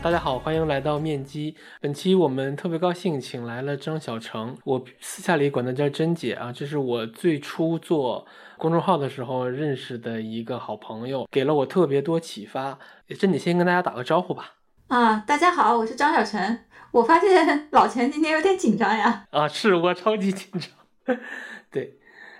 大家好，欢迎来到面基。本期我们特别高兴请来了张小成，我私下里管她叫珍姐啊，这是我最初做公众号的时候认识的一个好朋友，给了我特别多启发。珍姐先跟大家打个招呼吧。 大家好，我是张小成。我发现老钱今天有点紧张呀。 是我超级紧张。对。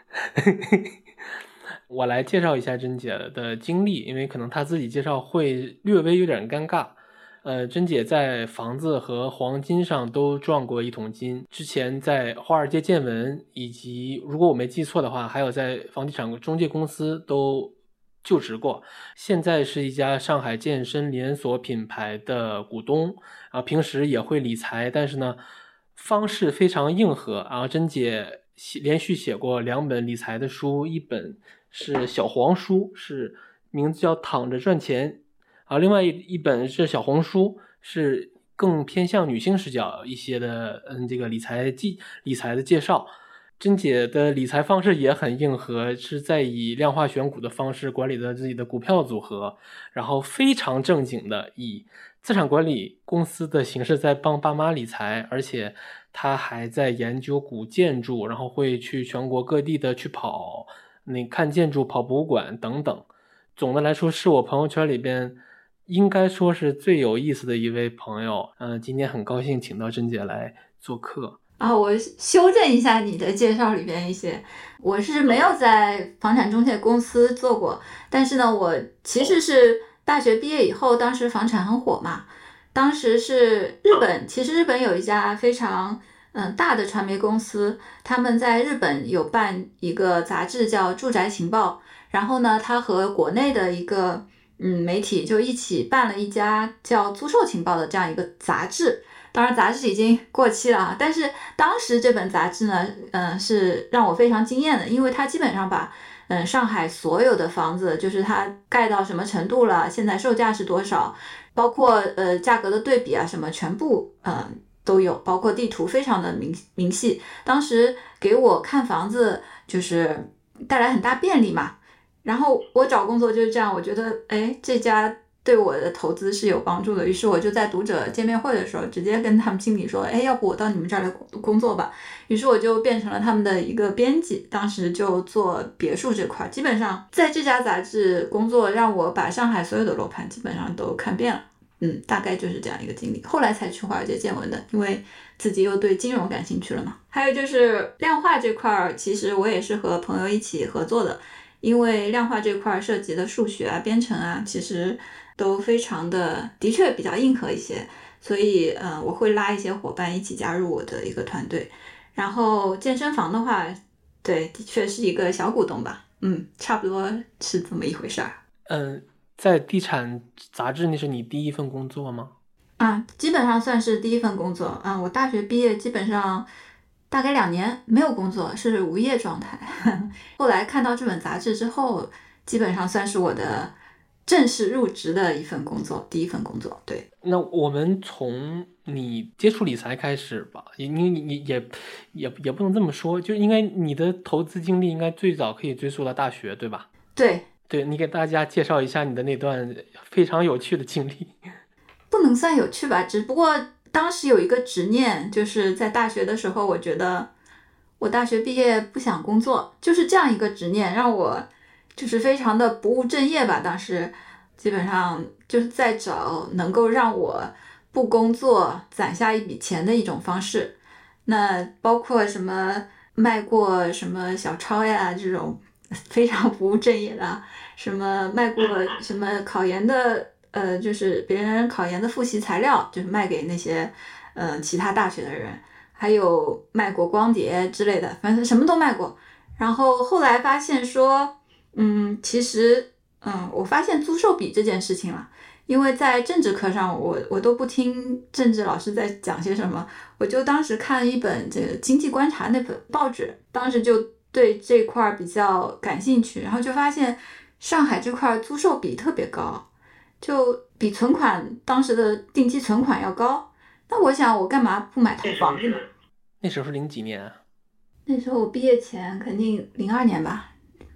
我来介绍一下珍姐的经历，因为可能她自己介绍会略微有点尴尬。珍姐在房子和黄金上都赚过一桶金，之前在华尔街见闻，以及如果我没记错的话，还有在房地产中介公司都就职过。现在是一家上海健身连锁品牌的股东，平时也会理财，但是呢，方式非常硬核。然后珍姐连续写过2本理财的书，一本是小黄书，是名字叫躺着赚钱，另外一本是小红书，是更偏向女性视角一些的这个理财的介绍。珍姐的理财方式也很硬核，是在以量化选股的方式管理的自己的股票组合，然后非常正经的以资产管理公司的形式在帮爸妈理财，而且她还在研究古建筑，然后会去全国各地的去跑看建筑、跑博物馆等等。总的来说是我朋友圈里边应该说是最有意思的一位朋友。今天很高兴请到珍姐来做客。 我修正一下你的介绍里边一些，我是没有在房产中介公司做过，但是呢，我其实是大学毕业以后，当时房产很火嘛，当时是其实日本有一家非常大的传媒公司，他们在日本有办一个杂志叫《住宅情报》，然后呢，他和国内的一个媒体就一起办了一家叫《租售情报》的这样一个杂志。当然杂志已经过期了啊，但是当时这本杂志呢，是让我非常惊艳的，因为它基本上把上海所有的房子，就是它盖到什么程度了，现在售价是多少，包括价格的对比啊什么，全部都有，包括地图非常的明细。当时给我看房子就是带来很大便利嘛，然后我找工作就是这样，我觉得这家对我的投资是有帮助的，于是我就在读者见面会的时候直接跟他们经理说，要不我到你们这儿来工作吧。于是我就变成了他们的一个编辑，当时就做别墅这块，基本上在这家杂志工作让我把上海所有的楼盘基本上都看遍了。大概就是这样一个经历，后来才去华尔街见闻的，因为自己又对金融感兴趣了嘛。还有就是量化这块，其实我也是和朋友一起合作的，因为量化这块涉及的数学啊、编程啊，其实都非常的确比较硬核一些，所以我会拉一些伙伴一起加入我的一个团队。然后健身房的话，对，的确是一个小股东吧，差不多是这么一回事儿。 在地产杂志那是你第一份工作吗？ 基本上算是第一份工作。我大学毕业基本上大概2年没有工作，是无业状态。后来看到这本杂志之后，基本上算是我的正式入职的第一份工作。对， 那我们从你接触理财开始吧，因为你也不能这么说，就应该你的投资经历应该最早可以追溯到大学，对吧？对，你给大家介绍一下你的那段非常有趣的经历。 不能算有趣吧，只不过当时有一个执念，就是在大学的时候，我觉得我大学毕业不想工作，就是这样一个执念让我就是非常的不务正业吧。当时基本上就是在找能够让我不工作攒下一笔钱的一种方式，那包括什么卖过什么小抄呀这种非常不务正业的，什么卖过什么考研的就是别人考研的复习材料，就是卖给那些其他大学的人，还有卖过光碟之类的，反正什么都卖过。然后后来发现说其实我发现租售比这件事情了，因为在政治课上我都不听政治老师在讲些什么，我就当时看一本这个经济观察那本报纸，当时就对这块比较感兴趣，然后就发现上海这块租售比特别高，就比存款当时的定期存款要高。那我想我干嘛不买套房子呢？ 那时候是零几年啊？ 那时候我毕业前肯定02年吧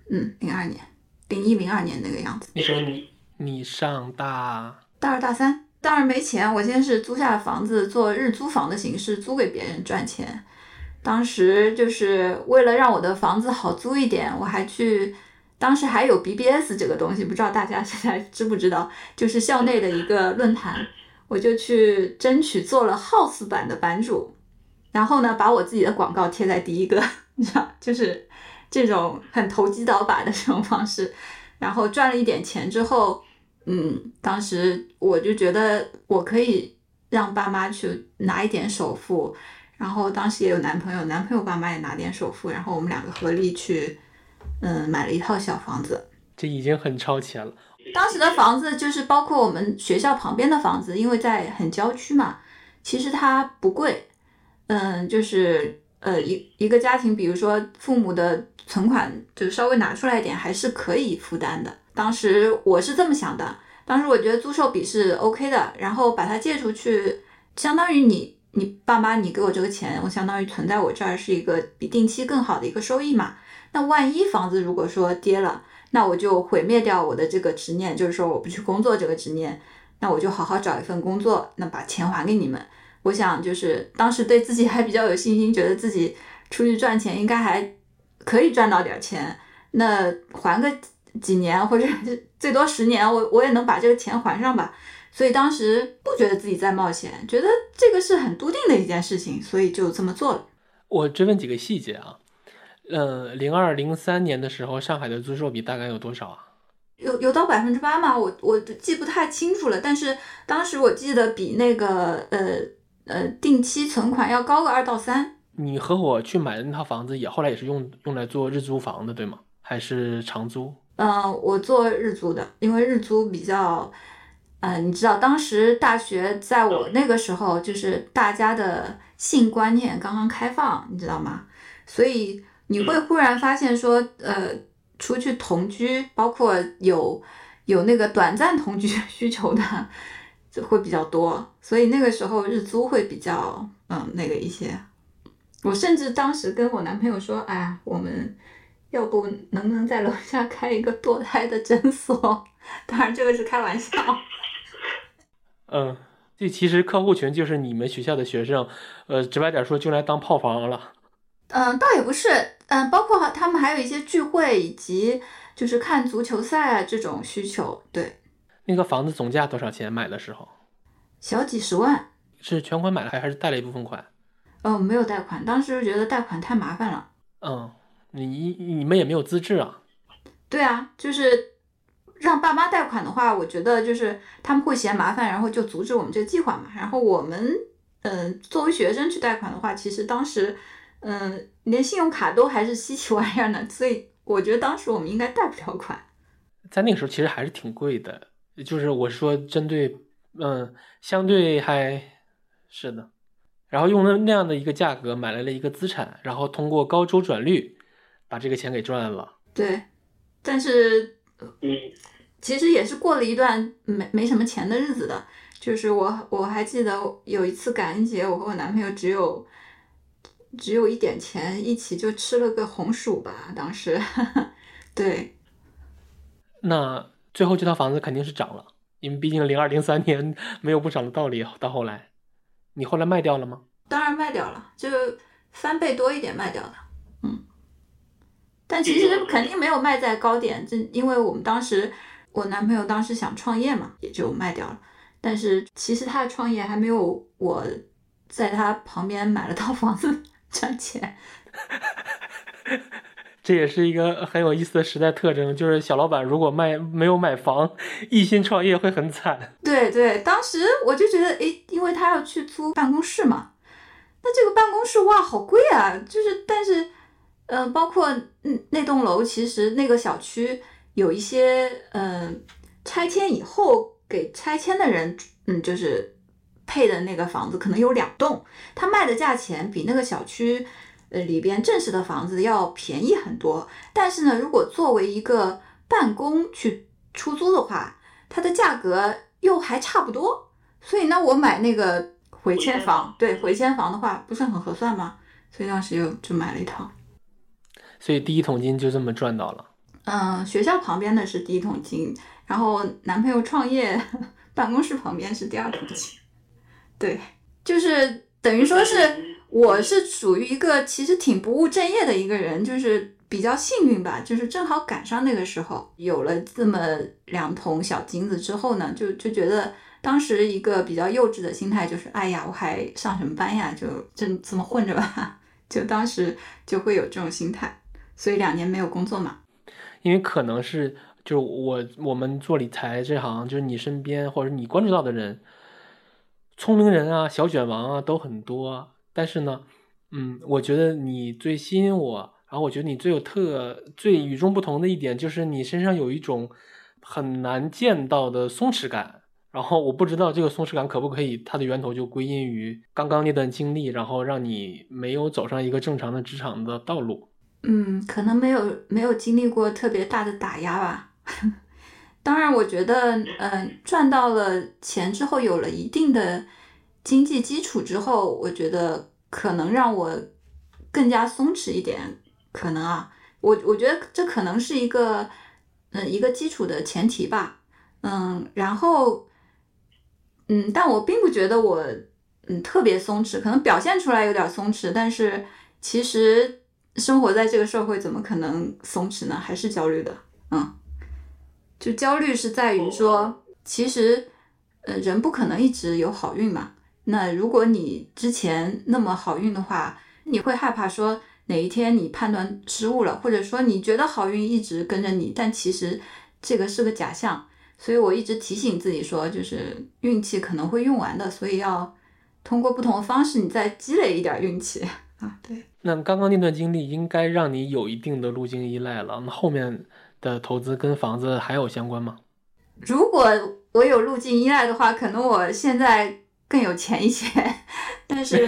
，02年，01、02年那个样子。 那时候你上大 2、大3， 当然没钱，我先是租下了房子，做日租房的形式租给别人赚钱。当时就是为了让我的房子好租一点，我还去，当时还有 BBS 这个东西，不知道大家现在知不知道，就是校内的一个论坛，我就去争取做了 House 版的版主，然后呢，把我自己的广告贴在第一个，你知道，就是这种很投机倒把的这种方式，然后赚了一点钱之后，当时我就觉得我可以让爸妈去拿一点首付。然后当时也有男朋友，男朋友爸妈也拿点首付，然后我们两个合力去，买了一套小房子。 这已经很超前了。 当时的房子就是包括我们学校旁边的房子，因为在很郊区嘛，其实它不贵。就是一个家庭，比如说父母的存款就稍微拿出来一点，还是可以负担的。当时我是这么想的，当时我觉得租售比是 OK 的，然后把它借出去，相当于你爸妈你给我这个钱，我相当于存在我这儿是一个比定期更好的一个收益嘛。那万一房子如果说跌了，那我就毁灭掉我的这个执念，就是说我不去工作这个执念，那我就好好找一份工作，那把钱还给你们。我想就是当时对自己还比较有信心，觉得自己出去赚钱应该还可以赚到点钱，那还个几年或者最多10年，我也能把这个钱还上吧。所以当时不觉得自己在冒险，觉得这个是很笃定的一件事情，所以就这么做了。 我追问几个细节啊，02、03年的时候，上海的租售比大概有多少啊？ 有到8%吗？我记不太清楚了，但是当时我记得比那个定期存款要高个2到3。 你和我去买的那套房子后来也是用来做日租房的，对吗？还是长租？ 我做日租的，因为日租比较。你知道当时大学在我那个时候，就是大家的性观念刚刚开放，你知道吗？所以你会忽然发现说，出去同居，包括有那个短暂同居需求的，就会比较多。所以那个时候日租会比较那个一些。我甚至当时跟我男朋友说，哎呀，我们要不能不能在楼下开一个堕胎的诊所？当然这个是开玩笑。 这其实客户群就是你们学校的学生，直白点说就来当炮房了。 倒也不是，包括他们还有一些聚会以及就是看足球赛啊这种需求。对， 那个房子总价多少钱买的时候？ 小几十万。 是全款买了还是贷了一部分款？ 没有贷款，当时觉得贷款太麻烦了。 你们也没有资质啊？ 对啊，就是让爸妈贷款的话，我觉得就是他们会嫌麻烦，然后就阻止我们这个计划嘛。然后我们作为学生去贷款的话，其实当时连信用卡都还是稀奇玩意儿呢，所以我觉得当时我们应该贷不了款。 在那个时候其实还是挺贵的，就是我说针对相对还是的，然后用了那样的一个价格买来了一个资产，然后通过高周转率把这个钱给赚了。 对，但是其实也是过了一段没什么钱的日子的。就是我还记得有一次感恩节，我和我男朋友只有一点钱，一起就吃了个红薯吧，当时对。 那最后这套房子肯定是涨了，因为毕竟02、03年没有不涨的道理。到后来你后来卖掉了吗？ 当然卖掉了，就翻倍多一点卖掉的。但其实肯定没有卖在高点，因为我男朋友当时想创业嘛，也就卖掉了。但是其实他的创业还没有我在他旁边买了套房子赚钱。 这也是一个很有意思的时代特征，就是小老板如果没有买房，一心创业会很惨。 对对，当时我就觉得，因为他要去租办公室嘛，那这个办公室哇好贵啊，就是但是包括那栋楼，其实那个小区有一些拆迁以后给拆迁的人就是配的那个房子可能有2栋，他卖的价钱比那个小区里边正式的房子要便宜很多。但是呢，如果作为一个办公去出租的话，它的价格又还差不多。所以呢，我买那个回迁房，对，回迁房的话不是很合算吗？所以当时就买了一套。 所以第一桶金就这么赚到了。 学校旁边的是第一桶金，然后男朋友创业办公室旁边是第二桶金。对，就是等于说是我是属于一个其实挺不务正业的一个人，就是比较幸运吧，就是正好赶上那个时候有了这么2桶小金子之后呢，就觉得当时一个比较幼稚的心态就是哎呀我还上什么班呀，就这么混着吧，就当时就会有这种心态，所以2年没有工作嘛。 因为可能是就是我们做理财这行，就是你身边或者你关注到的人，聪明人啊、小卷王啊都很多，但是呢，我觉得你最吸引我，然后我觉得你最与众不同的一点就是你身上有一种很难见到的松弛感，然后我不知道这个松弛感可不可以它的源头就归因于刚刚那段经历，然后让你没有走上一个正常的职场的道路。 可能没有经历过特别大的打压吧。当然我觉得赚到了钱之后，有了一定的经济基础之后，我觉得可能让我更加松弛一点，可能啊，我觉得这可能是一个基础的前提吧。然后但我并不觉得我特别松弛，可能表现出来有点松弛，但是其实生活在这个社会怎么可能松弛呢？还是焦虑的。就焦虑是在于说，其实人不可能一直有好运嘛。那如果你之前那么好运的话，你会害怕说哪一天你判断失误了，或者说你觉得好运一直跟着你，但其实这个是个假象。所以我一直提醒自己说，就是运气可能会用完的，所以要通过不同的方式你再积累一点运气啊。对， 那刚刚那段经历应该让你有一定的路径依赖了，那后面的投资跟房子还有相关吗？ 如果我有路径依赖的话，可能我现在更有钱一些，但是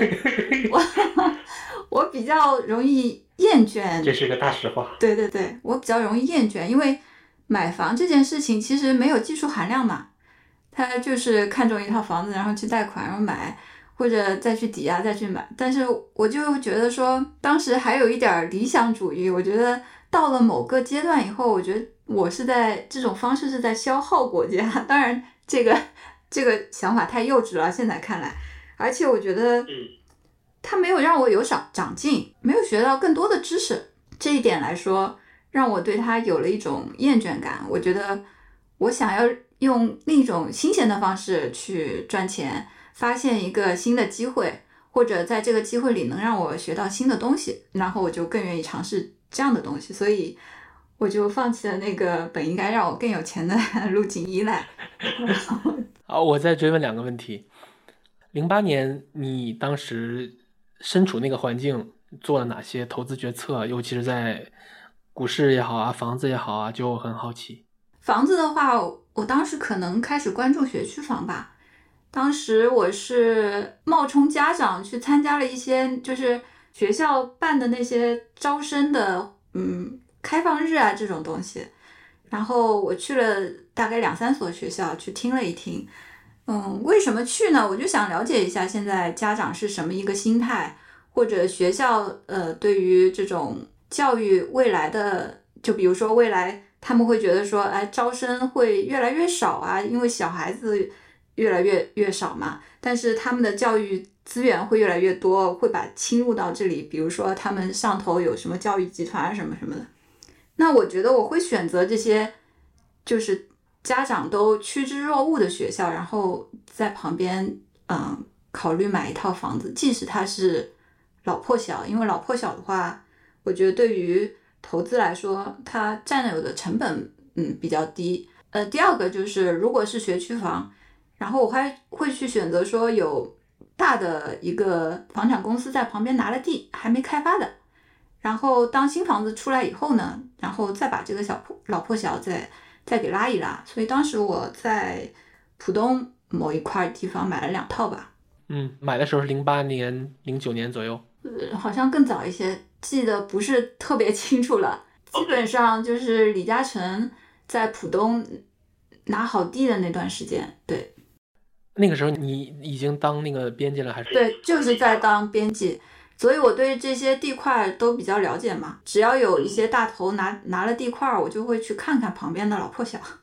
我比较容易厌倦。 这是个大实话。 对对对，我比较容易厌倦，因为买房这件事情其实没有技术含量嘛，他就是看中一套房子，然后去贷款，然后买，或者再去抵押再去买。但是我就觉得说，当时还有一点理想主义，我觉得到了某个阶段以后，我觉得我是在这种方式是在消耗国家。当然，这个想法太幼稚了，现在看来，而且我觉得他没有让我有长进，没有学到更多的知识，这一点来说，让我对他有了一种厌倦感。我觉得我想要用另一种新鲜的方式去赚钱，发现一个新的机会，或者在这个机会里能让我学到新的东西，然后我就更愿意尝试这样的东西，所以我就放弃了那个本应该让我更有钱的路径依赖。 好，我再追问2个问题。08年你当时身处那个环境，做了哪些投资决策？尤其是在股市也好啊，房子也好啊，就很好奇。 房子的话，我当时可能开始关注学区房吧。当时我是冒充家长去参加了一些就是学校办的那些招生的开放日啊这种东西，然后我去了大概2、3所学校去听了一听。为什么去呢？我就想了解一下现在家长是什么一个心态，或者学校对于这种教育未来的，就比如说未来他们会觉得说，哎，招生会越来越少啊，因为小孩子越来越少嘛，但是他们的教育资源会越来越多，会把侵入到这里，比如说他们上头有什么教育集团啊什么什么的。那我觉得我会选择这些就是家长都趋之若鹜的学校，然后在旁边考虑买一套房子，即使它是老破小，因为老破小的话，我觉得对于投资来说，它占有的成本比较低。第二个就是如果是学区房，然后我还会去选择说有大的一个房产公司在旁边拿了地还没开发的，然后当新房子出来以后呢，然后再把这个老破小再给拉一拉。所以当时我在浦东某一块地方买了2套吧。 买的时候是08年、09年左右。 好像更早一些，记得不是特别清楚了。基本上就是李嘉诚在浦东拿好地的那段时间。对， 那个时候你已经当那个编辑了还是？ 对，就是在当编辑，所以我对这些地块都比较了解嘛。只要有一些大头拿了地块，我就会去看看旁边的老破小，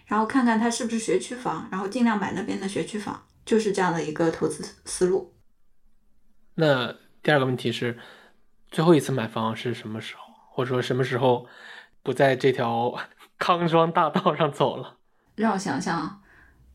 然后看看它是不是学区房，然后尽量买那边的学区房，就是这样的一个投资思路。 那第二个问题是，最后一次买房是什么时候，或者说什么时候不在这条康庄大道上走了？ 让我想想啊，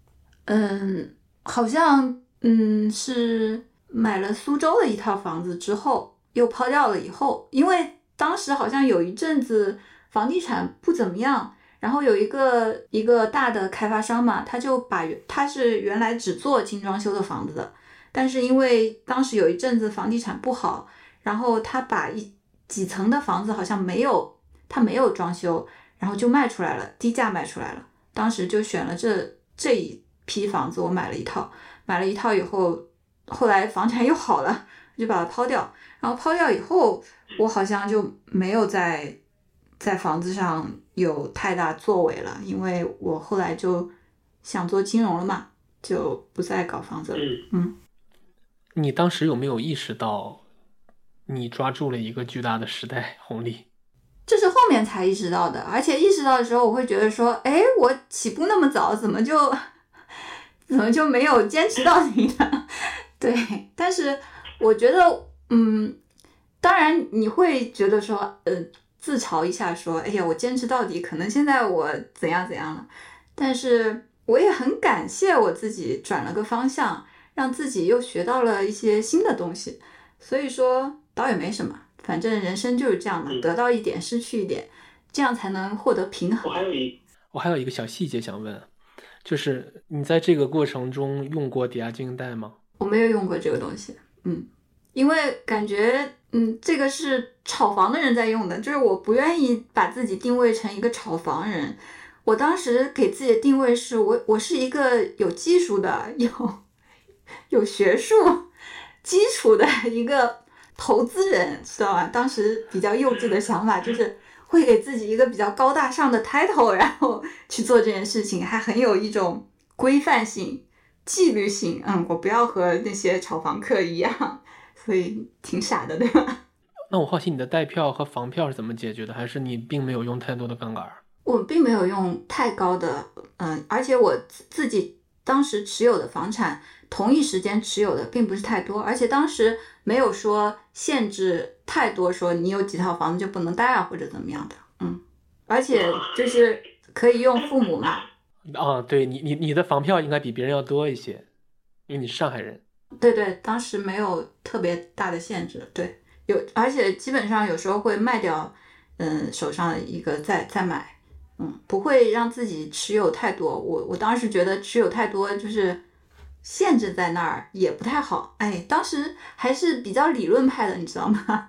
好像是买了苏州的一套房子之后，又抛掉了以后，因为当时好像有一阵子房地产不怎么样，然后有一个大的开发商嘛，他是原来只做精装修的房子的，但是因为当时有一阵子房地产不好，然后他把几层的房子好像没有装修，然后就卖出来了，低价卖出来了。当时就选了这一批房子，我买了一套以后，后来房产又好了，就把它抛掉。然后抛掉以后，我好像就没有在房子上有太大作为了，因为我后来就想做金融了嘛，就不再搞房子了。 你当时有没有意识到你抓住了一个巨大的时代红利？ 这是后面才意识到的，而且意识到的时候，我会觉得说，哎，我起步那么早，怎么就没有坚持到底呢？对，但是我觉得，当然你会觉得说，自嘲一下说，哎呀，我坚持到底，可能现在我怎样怎样了，但是我也很感谢我自己转了个方向，让自己又学到了一些新的东西，所以说倒也没什么。反正人生就是这样的，得到一点，失去一点，这样才能获得平衡。 我还有一个小细节想问，就是你在这个过程中用过抵押经营贷吗？ 我没有用过这个东西，因为感觉，这个是炒房的人在用的，就是我不愿意把自己定位成一个炒房人。我当时给自己的定位是我是一个有技术的、有学术基础的一个投资人，知道吗？当时比较幼稚的想法就是会给自己一个比较高大上的 title， 然后去做这件事情，还很有一种规范性、纪律性。我不要和那些炒房客一样，所以挺傻的，对吧？ 那我好奇你的贷票和房票是怎么解决的，还是你并没有用太多的杠杆？ 我并没有用太高的，而且我自己当时持有的房产，同一时间持有的并不是太多，而且当时没有说限制太多，说你有几套房子就不能贷啊，或者怎么样的，而且就是可以用父母嘛。 对，你的房票应该比别人要多一些，因为你是上海人。 对，当时没有特别大的限制，对，而且基本上有时候会卖掉，手上的一个再买。不会让自己持有太多。我当时觉得持有太多就是限制在那儿也不太好。哎，当时还是比较理论派的，你知道吗？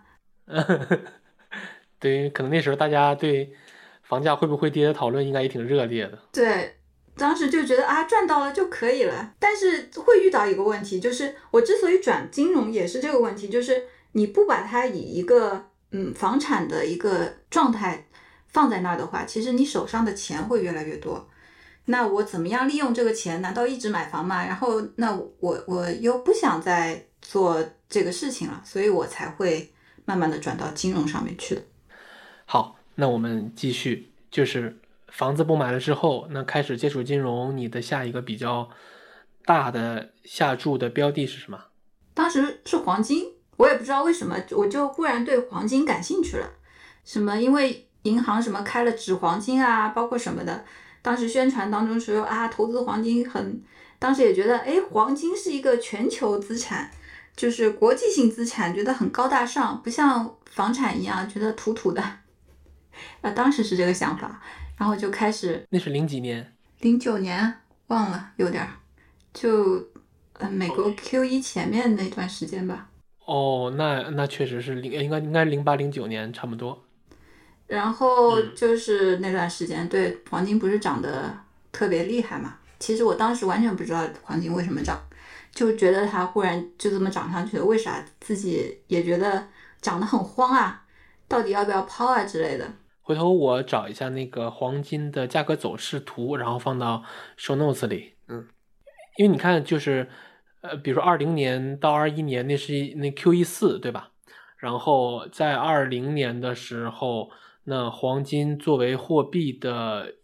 对，可能那时候大家对房价会不会跌的讨论应该也挺热烈的。 对，当时就觉得赚到了就可以了。但是会遇到一个问题，就是我之所以转金融也是这个问题，就是你不把它以一个房产的一个状态放在那儿的话，其实你手上的钱会越来越多。那我怎么样利用这个钱？难道一直买房吗？然后那我又不想再做这个事情了，所以我才会慢慢的转到金融上面去的。 好，那我们继续，就是房子不买了之后，那开始接触金融，你的下一个比较大的下注的标的是什么？ 当时是黄金，我也不知道为什么，我就忽然对黄金感兴趣了。什么？因为银行什么开了纸黄金啊，包括什么的，当时宣传当中说投资黄金当时也觉得黄金是一个全球资产，就是国际性资产，觉得很高大上，不像房产一样觉得土土的。当时是这个想法，然后就开始。 那是零几年 ？09年忘了，有点就美国 QE 前面那段时间吧。 那确实是应该08、09年差不多。 然后就是那段时间，对，黄金不是涨得特别厉害嘛？其实我当时完全不知道黄金为什么涨，就觉得它忽然就这么涨上去了，为啥？自己也觉得涨得很慌啊，到底要不要抛啊之类的。 回头我找一下那个黄金的价格走势图，然后放到 show notes 里。因为你看，就是比如说20年到21年，那是那 QE4，对吧？然后在20年的时候，那黄金作为货币的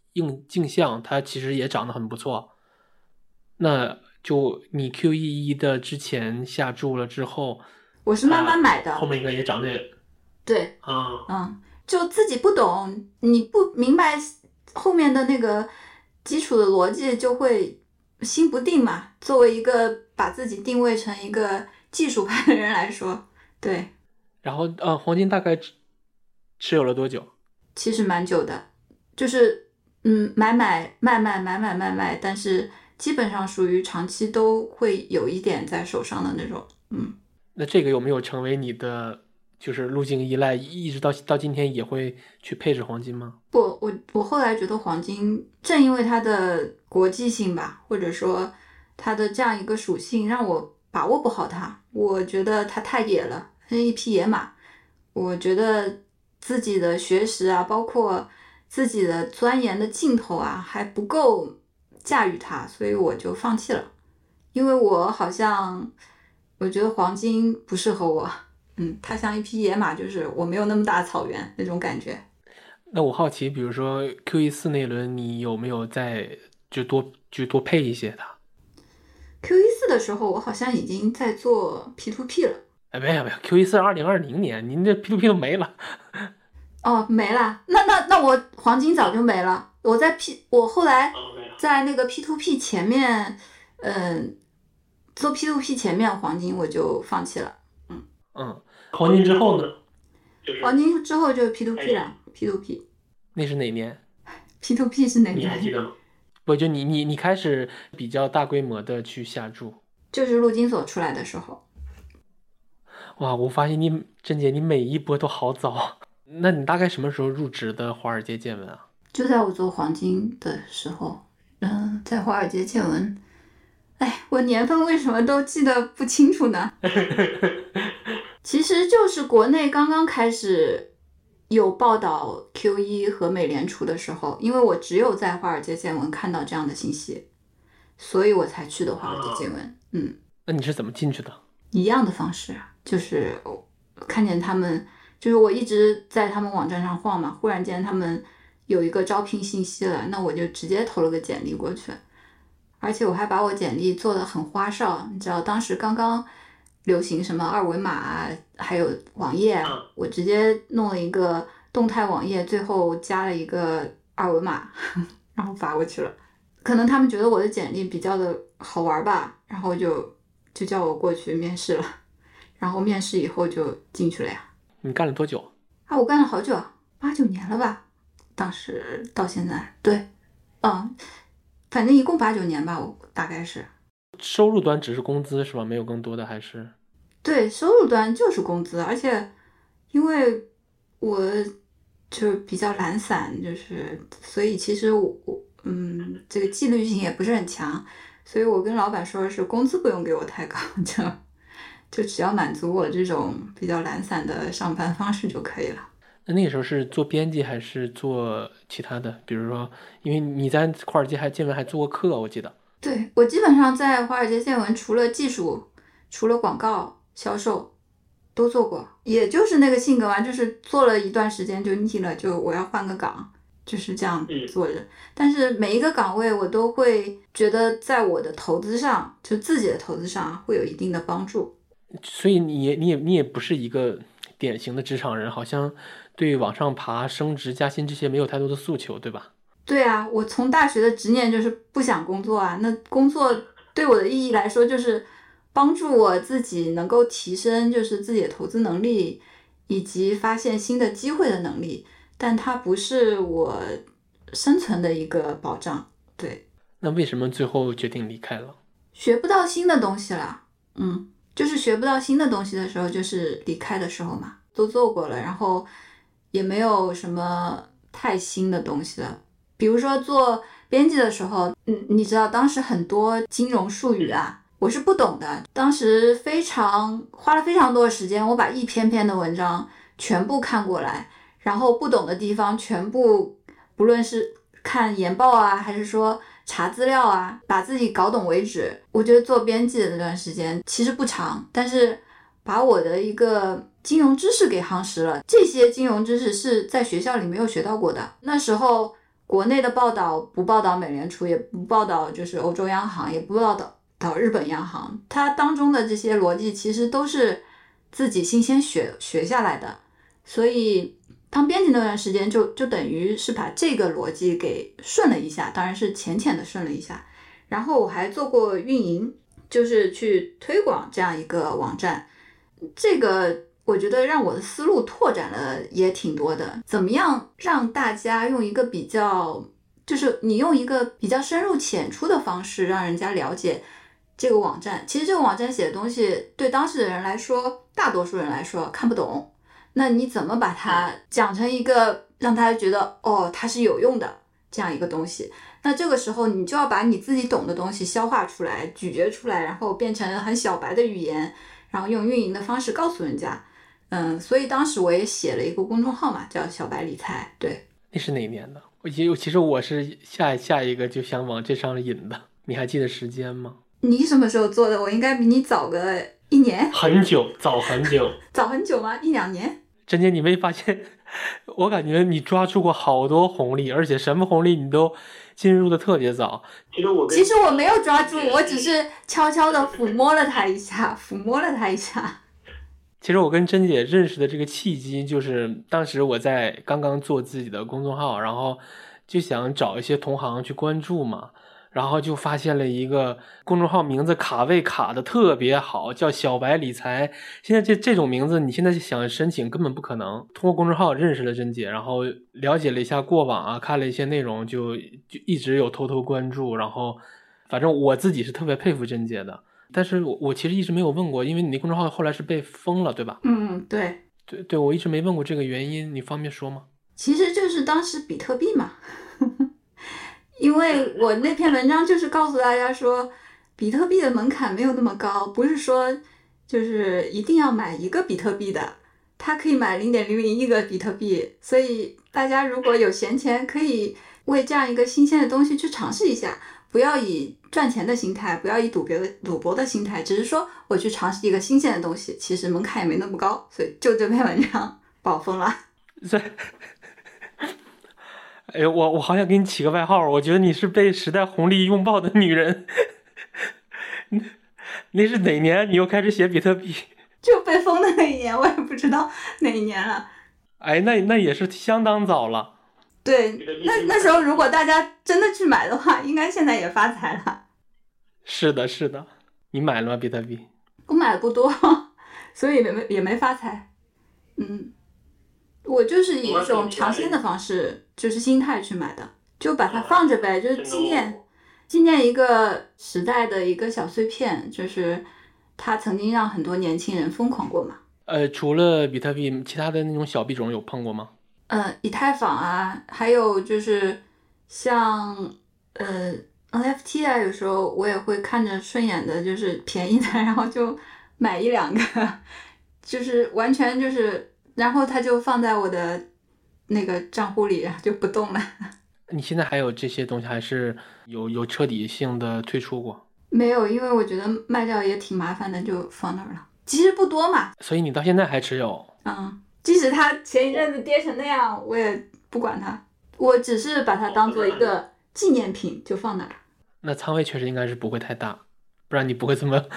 镜像，它其实也长得很不错。那就你 QE1的之前下注了之后， 我是慢慢买的， 后面应该也涨得对，就自己不懂，你不明白后面的那个基础的逻辑，就会心不定嘛。作为一个把自己定位成一个技术派的人来说，对。 然后黄金大概持有了多久？ 其实蛮久的，就是买卖，但是基本上属于长期都会有一点在手上的那种。 那这个有没有成为你的就是路径依赖，一直到今天也会去配置黄金吗？ 不，我后来觉得黄金正因为它的国际性吧，或者说它的这样一个属性，让我把握不好它。我觉得它太野了，像一匹野马。我觉得自己的学识啊，包括自己的钻研的劲头啊，还不够驾驭它，所以我就放弃了。因为我好像我觉得黄金不适合我，它像一匹野马，就是我没有那么大草原那种感觉。 那我好奇，比如说 QE4那轮，你有没有再多配一些它？ QE4的时候，我好像已经在做 P2P 了。 没有，QE4 是2020年，您这 P2P 都没了。 哦，没了。那我黄金早就没了。我后来在那个 P2P 前面，做 P2P 前面黄金我就放弃了。 黄金之后呢？ 黄金之后就 P2P 了。P2P 那是哪年？ P2P 是哪年？ 你还记得吗？不，就你开始比较大规模的去下注， 就是陆金所出来的时候。 哇，我发现甄姐你每一波都好早。那你大概什么时候入职的华尔街见闻啊？ 就在我做黄金的时候，在华尔街见闻。哎，我年份为什么都记得不清楚呢？其实就是国内刚刚开始有报道 QE 和美联储的时候，因为我只有在华尔街见闻看到这样的信息，所以我才去的华尔街见闻。 那你是怎么进去的？ 一样的方式，就是看见他们，就是我一直在他们网站上晃嘛，忽然间他们有一个招聘信息了，那我就直接投了个简历过去，而且我还把我简历做得很花哨，你知道当时刚刚流行什么二维码啊，还有网页啊，我直接弄了一个动态网页，最后加了一个二维码然后发过去了。可能他们觉得我的简历比较的好玩吧，然后就叫我过去面试了，然后面试以后就进去了呀。 你干了多久啊？我干了好久，8、9年了吧，当时到现在。对，反正一共8、9年吧，我大概是。 收入端只是工资是吧？没有更多的还是？ 对，收入端就是工资，而且因为我就是比较懒散，就是所以其实我这个纪律性也不是很强，所以我跟老板说的是工资不用给我太高，就只要满足我这种比较懒散的上班方式就可以了。 那个时候是做编辑还是做其他的？比如说，因为你在华尔街见闻还做过课，我记得。 对，我基本上在华尔街见闻除了技术，除了广告销售都做过，也就是那个性格嘛，就是做了一段时间就腻了，就我要换个岗，就是这样做着。但是每一个岗位我都会觉得在我的投资上，就自己的投资上会有一定的帮助。 所以你也不是一个典型的职场人，好像对往上爬、升职加薪这些没有太多的诉求，对吧？ 对啊，我从大学的执念就是不想工作啊。那工作对我的意义来说，就是帮助我自己能够提升就是自己的投资能力，以及发现新的机会的能力，但它不是我生存的一个保障。对， 那为什么最后决定离开了？ 学不到新的东西了。就是学不到新的东西的时候，就是离开的时候嘛，都做过了，然后也没有什么太新的东西了。比如说做编辑的时候，你知道当时很多金融术语啊，我是不懂的。当时花了非常多的时间，我把一篇篇的文章全部看过来，然后不懂的地方全部，不论是看研报啊，还是说查资料啊，把自己搞懂为止。我觉得做编辑的那段时间其实不长，但是把我的一个金融知识给夯实了。这些金融知识是在学校里没有学到过的。那时候国内的报道不报道美联储，也不报道就是欧洲央行，也不报道日本央行，它当中的这些逻辑其实都是自己新鲜学下来的。所以当编辑那段时间就等于是把这个逻辑给顺了一下，当然是浅浅的顺了一下。然后我还做过运营，就是去推广这样一个网站，这个我觉得让我的思路拓展了也挺多的。怎么样让大家用一个比较，就是你用一个比较深入浅出的方式让人家了解这个网站。其实这个网站写的东西对当时的人来说，大多数人来说看不懂，那你怎么把它讲成一个让他觉得哦它是有用的这样一个东西。那这个时候你就要把你自己懂的东西消化出来，咀嚼出来，然后变成很小白的语言，然后用运营的方式告诉人家。所以当时我也写了一个公众号嘛，叫小白理财。对， 那是哪年的？其实我是下一个就想往这上引的，你还记得时间吗？ 你什么时候做的？我应该比你早个1年。 很久，早很久。 早很久吗？1-2年？ 珍姐，你没发现？我感觉你抓住过好多红利，而且什么红利你都进入的特别早。 其实我没有抓住，我只是悄悄的抚摸了它一下。 其实我跟珍姐认识的这个契机，就是当时我在刚刚做自己的公众号，然后就想找一些同行去关注嘛，然后就发现了一个公众号名字卡位卡的特别好，叫小白理财。现在这种名字你现在想申请根本不可能。通过公众号认识了珍姐，然后了解了一下过往啊，看了一些内容，就一直有偷偷关注。然后反正我自己是特别佩服珍姐的，但是我其实一直没有问过，因为你那公众号后来是被封了，对吧？对，我一直没问过这个原因，你方便说吗？ 其实就是当时比特币嘛。因为我那篇文章就是告诉大家说，比特币的门槛没有那么高，不是说就是一定要买一个比特币的，它可以买0.001个比特币。所以大家如果有闲钱，可以为这样一个新鲜的东西去尝试一下，不要以赚钱的心态，不要以赌博的心态，只是说我去尝试一个新鲜的东西，其实门槛也没那么高。所以就这篇文章爆封了。 哎呦，我好想给你起个外号，我觉得你是被时代红利拥抱的女人。那是哪年你又开始写比特币？ 就被封的那一年，我也不知道哪一年了。 哎，那也是相当早了。 对，那时候如果大家真的去买的话，应该现在也发财了。 是的，你买了吗？比特币？ 我买的不多，所以也没发财。我就是以一种尝鲜的方式，就是心态去买的，就把它放着呗，就是纪念一个时代的一个小碎片，就是它曾经让很多年轻人疯狂过嘛。 除了比特币，其他的那种小币种有碰过吗？ 以太坊啊，还有就是像NFT 啊，有时候我也会看着顺眼的，就是便宜的，然后就买1-2个，就是完全就是。然后它就放在我的那个账户里，然后就不动了。 你现在还有这些东西，还是有彻底性的退出过？ 没有，因为我觉得卖掉也挺麻烦的，就放那儿了。其实不多嘛。 所以你到现在还持有？ 即使它前一阵子跌成那样，我也不管它，我只是把它当做一个纪念品，就放那儿。 那仓位确实应该是不会太大，不然你不会这么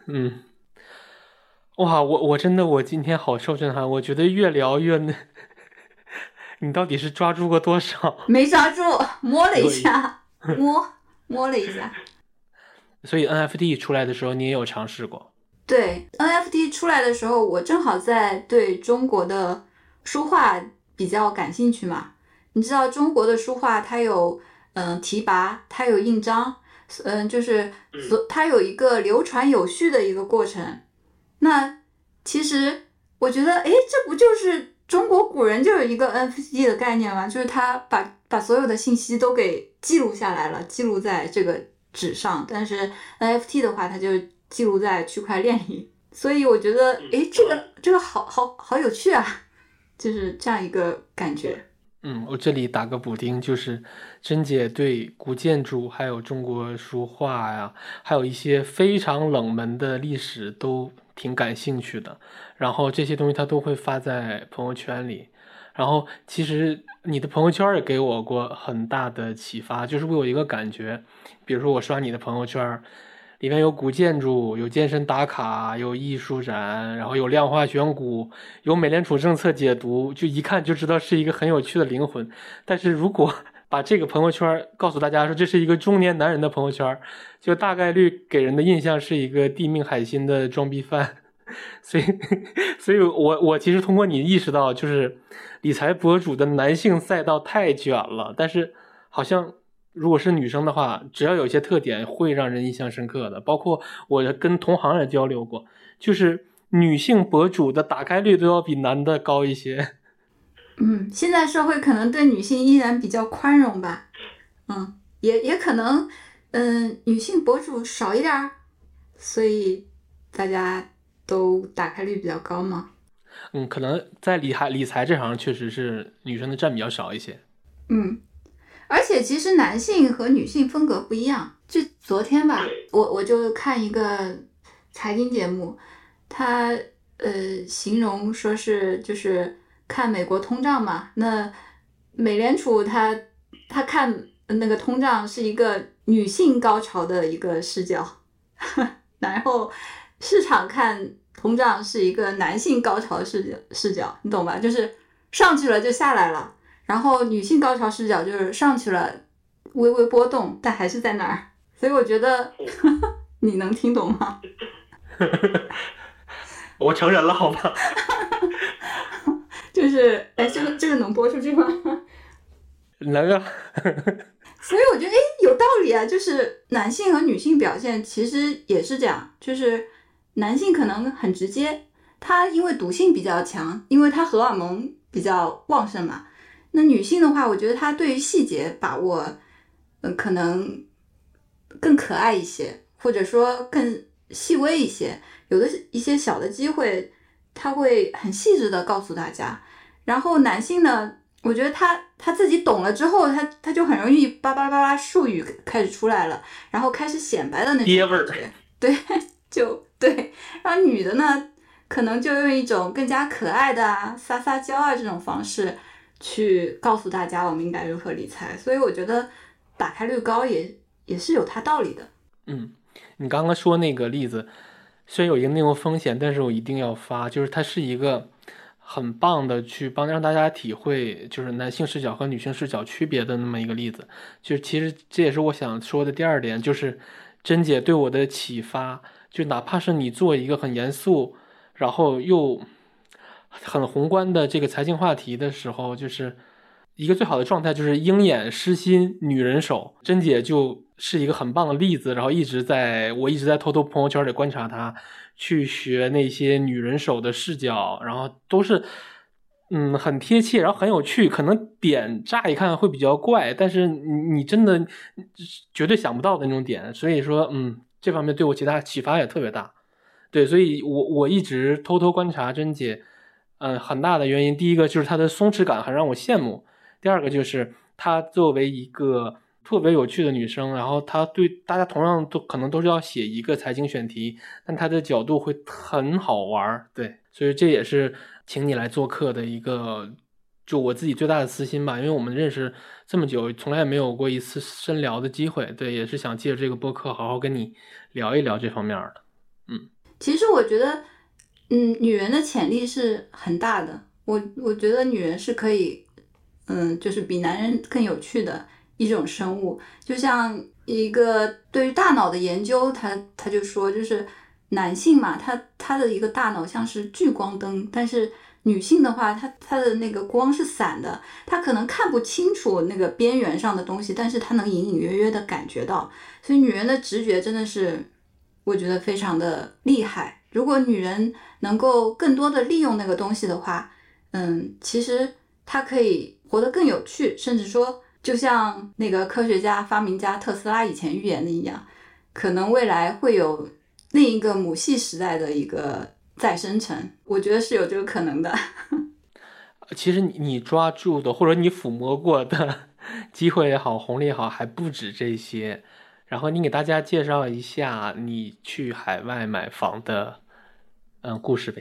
哇，我真的，我今天好受震撼，我觉得越聊越你到底是抓住过多少？ 没抓住，摸了一下，摸了一下。 所以 NFT 出来的时候，你也有尝试过？ 对， NFT 出来的时候，我正好在对中国的书画比较感兴趣嘛。你知道中国的书画它有题跋，它有印章，就是它有一个流传有序的一个过程。那其实我觉得，这不就是中国古人就有一个 NFT 的概念吗？就是他把所有的信息都给记录下来了，记录在这个纸上。但是 NFT 的话，它就记录在区块链里。所以我觉得，这个好有趣啊，就是这样一个感觉。 我这里打个补丁，就是珍姐对古建筑还有中国书画呀，还有一些非常冷门的历史都挺感兴趣的，然后这些东西她都会发在朋友圈里， 然后其实你的朋友圈也给我过很大的启发，就是为我一个感觉，比如说我刷你的朋友圈，里面有古建筑，有健身打卡，有艺术展，然后有量化选股，有美联储政策解读，就一看就知道是一个很有趣的灵魂。但是如果把这个朋友圈告诉大家说这是一个中年男人的朋友圈，就大概率给人的印象是一个地命海心的装逼犯。所以我其实通过你意识到，就是理财博主的男性赛道太卷了，但是好像如果是女生的话，只要有一些特点会让人印象深刻的，包括我跟同行也交流过，就是女性博主的打开率都要比男的高一些。 现在社会可能对女性依然比较宽容吧，也可能女性博主少一点，所以大家都打开率比较高嘛。 可能在理财这行确实是女生的占比较少一些。 而且其实男性和女性风格不一样。就昨天吧，我就看一个财经节目，他形容说是就是看美国通胀嘛，那美联储他看那个通胀是一个女性高潮的一个视角，然后市场看通胀是一个男性高潮的视角，你懂吧？就是上去了就下来了，然后女性高潮视角就是上去了微微波动，但还是在那儿。所以我觉得你能听懂吗？ 我成人了好吧。 就是这个能播出去吗？ 能啊。 所以我觉得有道理啊，就是男性和女性表现其实也是这样，就是男性可能很直接，他因为毒性比较强，因为他荷尔蒙比较旺盛嘛。那女性的话，我觉得她对于细节把握可能更可爱一些，或者说更细微一些，有的一些小的机会他会很细致的告诉大家。然后男性呢，我觉得他自己懂了之后，他就很容易叭叭叭叭术语开始出来了，然后开始显摆的那种感觉，对，就对。然后女的呢，可能就用一种更加可爱的撒撒娇这种方式去告诉大家我们应该如何理财。所以我觉得打开率高也是有它道理的。 你刚刚说那个例子，虽然有一个内容风险，但是我一定要发，就是它是一个很棒的去让大家体会就是男性视角和女性视角区别的那么一个例子。就其实这也是我想说的第二点，就是珍姐对我的启发，就哪怕是你做一个很严肃然后又很宏观的这个财经话题的时候，就是一个最好的状态就是鹰眼失心女人手。珍姐就是一个很棒的例子，然后我一直在偷偷朋友圈里观察她，去学那些女人手的视角，然后都是很贴切，然后很有趣，可能点乍一看会比较怪，但是你真的绝对想不到的那种点。所以说这方面对我启发也特别大。对，所以我一直偷偷观察珍姐很大的原因，第一个就是她的松弛感很让我羡慕，第二个就是她作为一个特别有趣的女生，然后她对大家同样可能都是要写一个财经选题，但她的角度会很好玩。对，所以这也是请你来做客的一个就我自己最大的私心吧，因为我们认识这么久，从来也没有过一次深聊的机会。对，也是想借着这个播客好好跟你聊一聊这方面的。 其实我觉得女人的潜力是很大的，我觉得女人是可以就是比男人更有趣的一种生物。就像一个对于大脑的研究，他就说，就是男性嘛，他的一个大脑像是聚光灯，但是女性的话，她的那个光是散的，她可能看不清楚那个边缘上的东西，但是她能隐隐约约的感觉到。所以女人的直觉真的是我觉得非常的厉害。如果女人能够更多的利用那个东西的话，其实她可以活得更有趣，甚至说就像那个科学家发明家特斯拉以前预言的一样，可能未来会有另一个母系时代的一个再生成，我觉得是有这个可能的。 其实你抓住的或者你抚摸过的机会也好，红利也好，还不止这些。然后你给大家介绍一下你去海外买房的故事呗。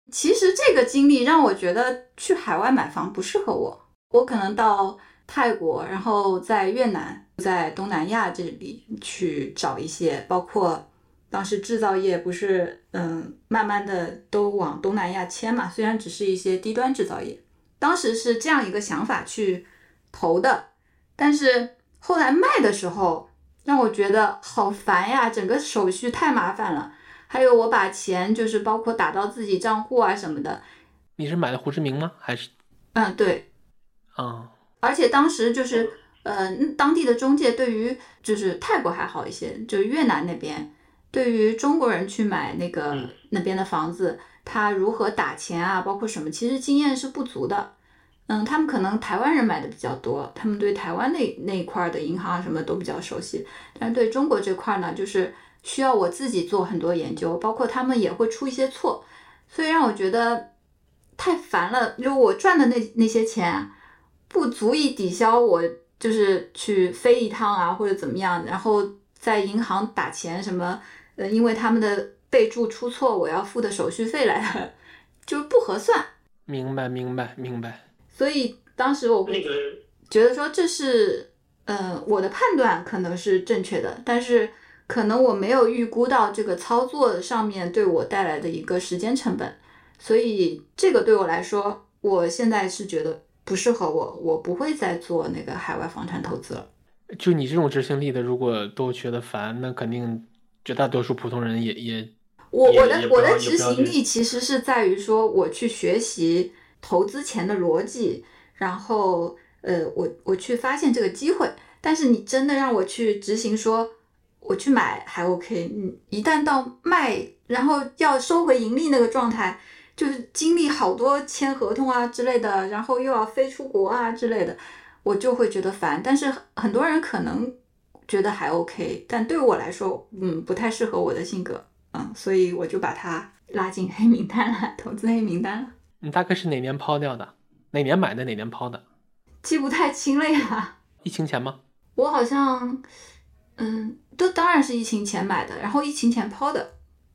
其实这个经历让我觉得去海外买房不适合我，我可能到泰国，然后在越南，在东南亚这里去找一些，包括当时制造业不是慢慢的都往东南亚迁嘛，虽然只是一些低端制造业，当时是这样一个想法去投的，但是后来卖的时候让我觉得好烦呀，整个手续太麻烦了，还有我把钱就是包括打到自己账户啊什么的。 你是买的胡志明吗？还是？ 对。而且当时就是当地的中介对于就是泰国还好一些，就是越南那边对于中国人去买那个那边的房子，他如何打钱啊，包括什么，其实经验是不足的。他们可能台湾人买的比较多，他们对台湾那一块的银行啊什么都比较熟悉，但是对中国这块呢，就是需要我自己做很多研究，包括他们也会出一些错，所以让我觉得太烦了。就我赚的那些钱啊，不足以抵消我就是去飞一趟啊或者怎么样，然后在银行打钱什么因为他们的备注出错我要付的手续费来的，就不合算。 明白。 所以当时我会觉得说这是我的判断可能是正确的，但是可能我没有预估到这个操作上面对我带来的一个时间成本，所以这个对我来说，我现在是觉得不适合我不会再做那个海外房产投资了。 就你这种执行力的，如果都觉得烦，那肯定绝大多数普通人我的执行力其实是在于说我去学习投资前的逻辑，然后我去发现这个机会，但是你真的让我去执行说我去买还 OK， 一旦到卖然后要收回盈利那个状态，就是经历好多签合同啊之类的，然后又要飞出国啊之类的，我就会觉得烦。但是很多人可能觉得还 OK， 但对我来说不太适合我的性格，所以我就把它拉进黑名单了，投资黑名单了。 你大概是哪年抛掉的？哪年买的？哪年抛的？ 记不太清了呀。 疫情前吗？ 我好像都当然是疫情前买的，然后疫情前抛的。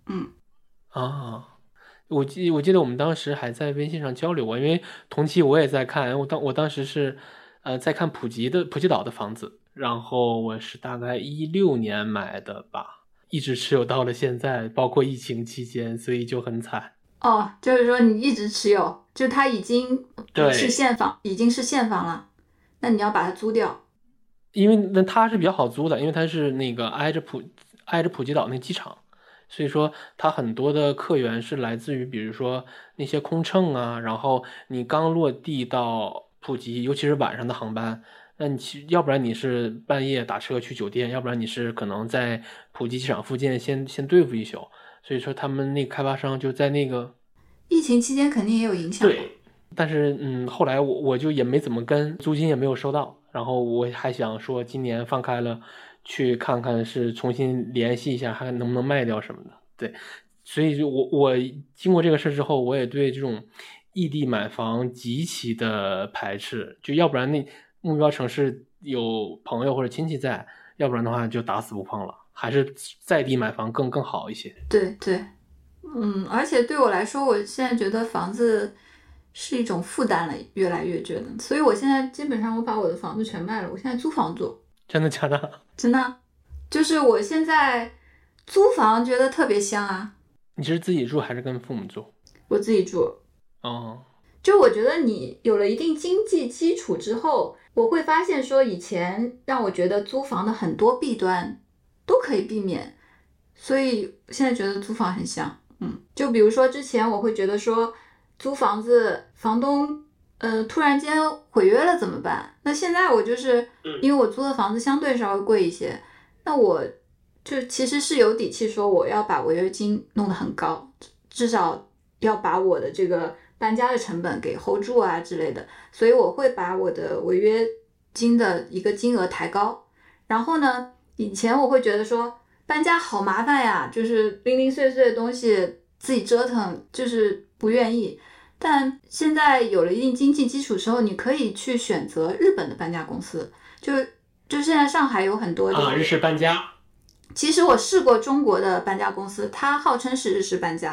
我记得我们当时还在微信上交流过，因为同期我也在看，我当时是在看普吉岛的房子，然后我是大概16年买的吧，一直持有到了现在，包括疫情期间，所以就很惨。 就是说你一直持有，就它已经是现房，已经是现房了，那你要把它租掉。 因为它是比较好租的，因为它是那个挨着普吉岛那机场，所以说它很多的客源是来自于比如说那些空乘啊，然后你刚落地到普吉，尤其是晚上的航班，那你要不然你是半夜打车去酒店，要不然你是可能在普吉机场附近先对付一宿，所以说他们那个开发商就在那个疫情期间肯定也有影响。 对，但是后来我就也没怎么跟，租金也没有收到，然后我还想说今年放开了去看看，是重新联系一下还能不能卖掉什么的。对，所以我经过这个事之后，我也对这种异地买房极其的排斥，就要不然那目标城市有朋友或者亲戚在，要不然的话就打死不碰了，还是在地买房更好一些。 对，而且对我来说，我现在觉得房子是一种负担了，越来越觉得，所以我现在基本上我把我的房子全卖了，我现在租房住。 真的假的？ 真的，就是我现在租房觉得特别香啊。 你是自己住还是跟父母住？ 我自己住。 就我觉得你有了一定经济基础之后，我会发现说以前让我觉得租房的很多弊端都可以避免，所以现在觉得租房很香。就比如说之前我会觉得说租房子房东突然间毁约了怎么办，那现在我就是因为我租的房子相对稍微贵一些，那我就其实是有底气说我要把违约金弄得很高，至少要把我的这个搬家的成本给 hold 住啊之类的，所以我会把我的违约金的一个金额抬高。然后呢，以前我会觉得说搬家好麻烦呀，就是零零碎碎的东西自己折腾，就是不愿意。但现在有了一定经济基础之后，你可以去选择日本的搬家公司，就现在上海有很多日式搬家。 其实我试过中国的搬家公司，它号称是日式搬家，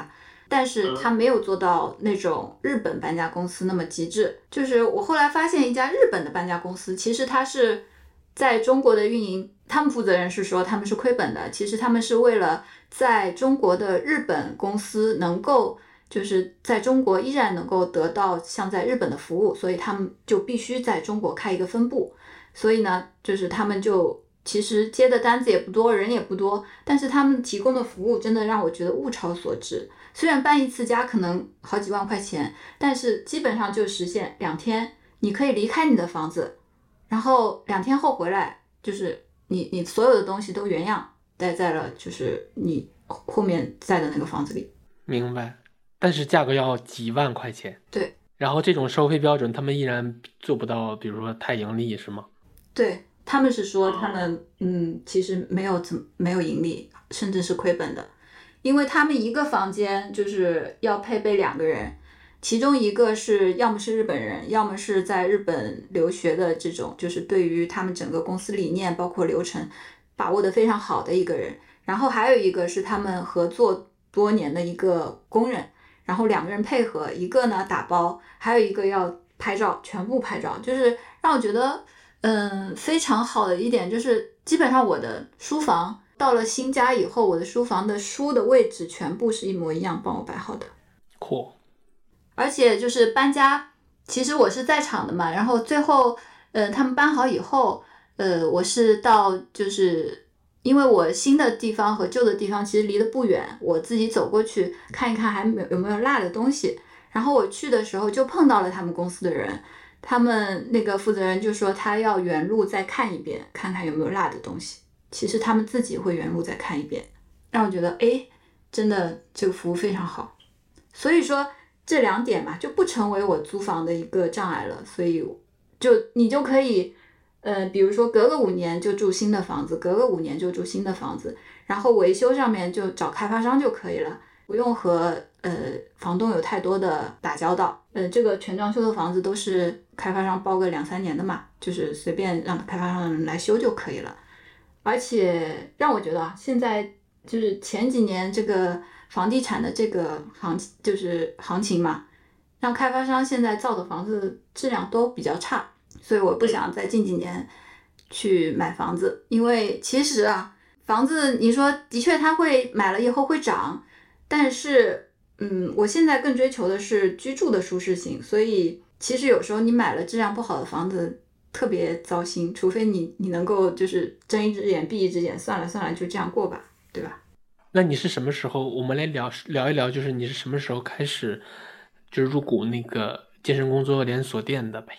但是它没有做到那种日本搬家公司那么极致。就是我后来发现一家日本的搬家公司，其实它是在中国的运营，他们负责人是说他们是亏本的，其实他们是为了在中国的日本公司能够就是在中国依然能够得到像在日本的服务，所以他们就必须在中国开一个分部。所以呢，就是他们就其实接的单子也不多，人也不多，但是他们提供的服务真的让我觉得物超所值。虽然搬一次家可能好几万块钱，但是基本上就实现2天你可以离开你的房子，然后2天后回来，就是你所有的东西都原样待在了就是你后面在的那个房子里。 明白。但是价格要几万块钱。 对。 然后这种收费标准他们依然做不到，比如说太盈利是吗？ 对，他们是说他们其实没有盈利，甚至是亏本的。因为他们一个房间就是要配备2个人，其中一个是要么是日本人，要么是在日本留学的这种，就是对于他们整个公司理念包括流程把握得非常好的一个人，然后还有一个是他们合作多年的一个工人，然后2个人配合，一个呢打包，还有一个要拍照，全部拍照，就是让我觉得非常好的一点就是基本上我的书房到了新家以后，我的书房的书的位置全部是一模一样帮我摆好的。 酷。 而且就是搬家，其实我是在场的嘛，然后最后他们搬好以后，我是到就是因为我新的地方和旧的地方其实离得不远，我自己走过去看一看还有没有落的东西。然后我去的时候就碰到了他们公司的人，他们那个负责人就说他要原路再看一遍，看看有没有落的东西。其实他们自己会原路再看一遍，让我觉得真的这个服务非常好。所以说这2点嘛就不成为我租房的一个障碍了，所以你就可以比如说隔个5年就住新的房子，隔个5年就住新的房子，然后维修上面就找开发商就可以了，不用和房东有太多的打交道。这个全装修的房子都是开发商包个2-3年的嘛，就是随便让开发商的人来修就可以了。而且让我觉得现在就是前几年这个房地产的这个行情嘛，让开发商现在造的房子质量都比较差，所以我不想在近几年去买房子。因为其实房子你说的确它会买了以后会涨，但是我现在更追求的是居住的舒适性，所以其实有时候你买了质量不好的房子特别糟心，除非你能够就是睁一只眼闭一只眼，算了就这样过吧，对吧？ 那你是什么时候，我们来聊一聊，就是你是什么时候开始就是入股那个健身工作连锁店的呗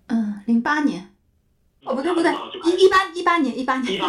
？08年。不对，18年，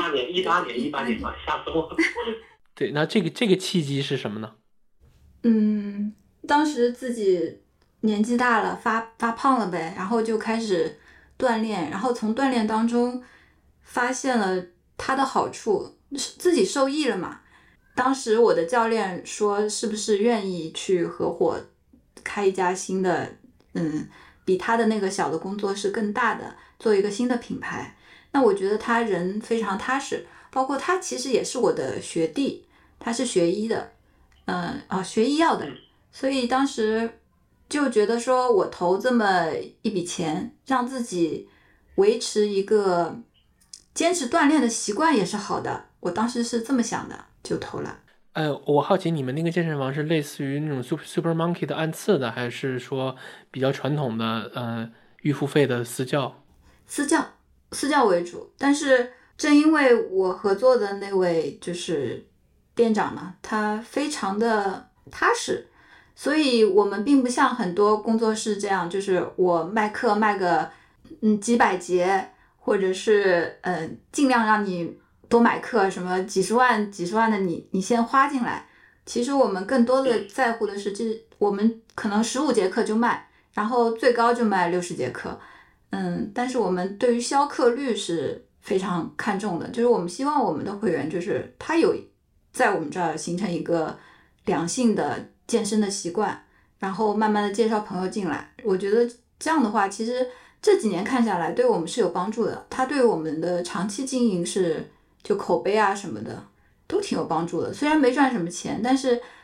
吓死我了。 对，那这个契机是什么呢？ 当时自己年纪大了，发胖了呗，然后就开始锻炼，然后从锻炼当中发现了它的好处，自己受益了嘛。当时我的教练说是不是愿意去合伙开一家新的比他的那个小的工作室更大的，做一个新的品牌。那我觉得他人非常踏实，包括他其实也是我的学弟，他是学医的学医药的，所以当时就觉得说我投这么一笔钱，让自己维持一个坚持锻炼的习惯也是好的，我当时是这么想的，就投了。 我好奇你们那个健身房是类似于那种 Super Monkey 的按次的，还是说比较传统的预付费的私教？私教为主，但是正因为我合作的那位就是店长嘛，他非常的踏实，所以我们并不像很多工作室这样，就是我卖课卖个几百节，或者是尽量让你多买课，什么几十万的你先花进来。其实我们更多的在乎的是我们可能15节课就卖，然后最高就卖60节课。但是我们对于销课率是非常看重的，就是我们希望我们的会员就是他有在我们这儿形成一个良性的健身的习惯，然后慢慢的介绍朋友进来。我觉得这样的话其实这几年看下来对我们是有帮助的，它对我们的长期经营是就口碑什么的都挺有帮助的。虽然没赚什么钱，但是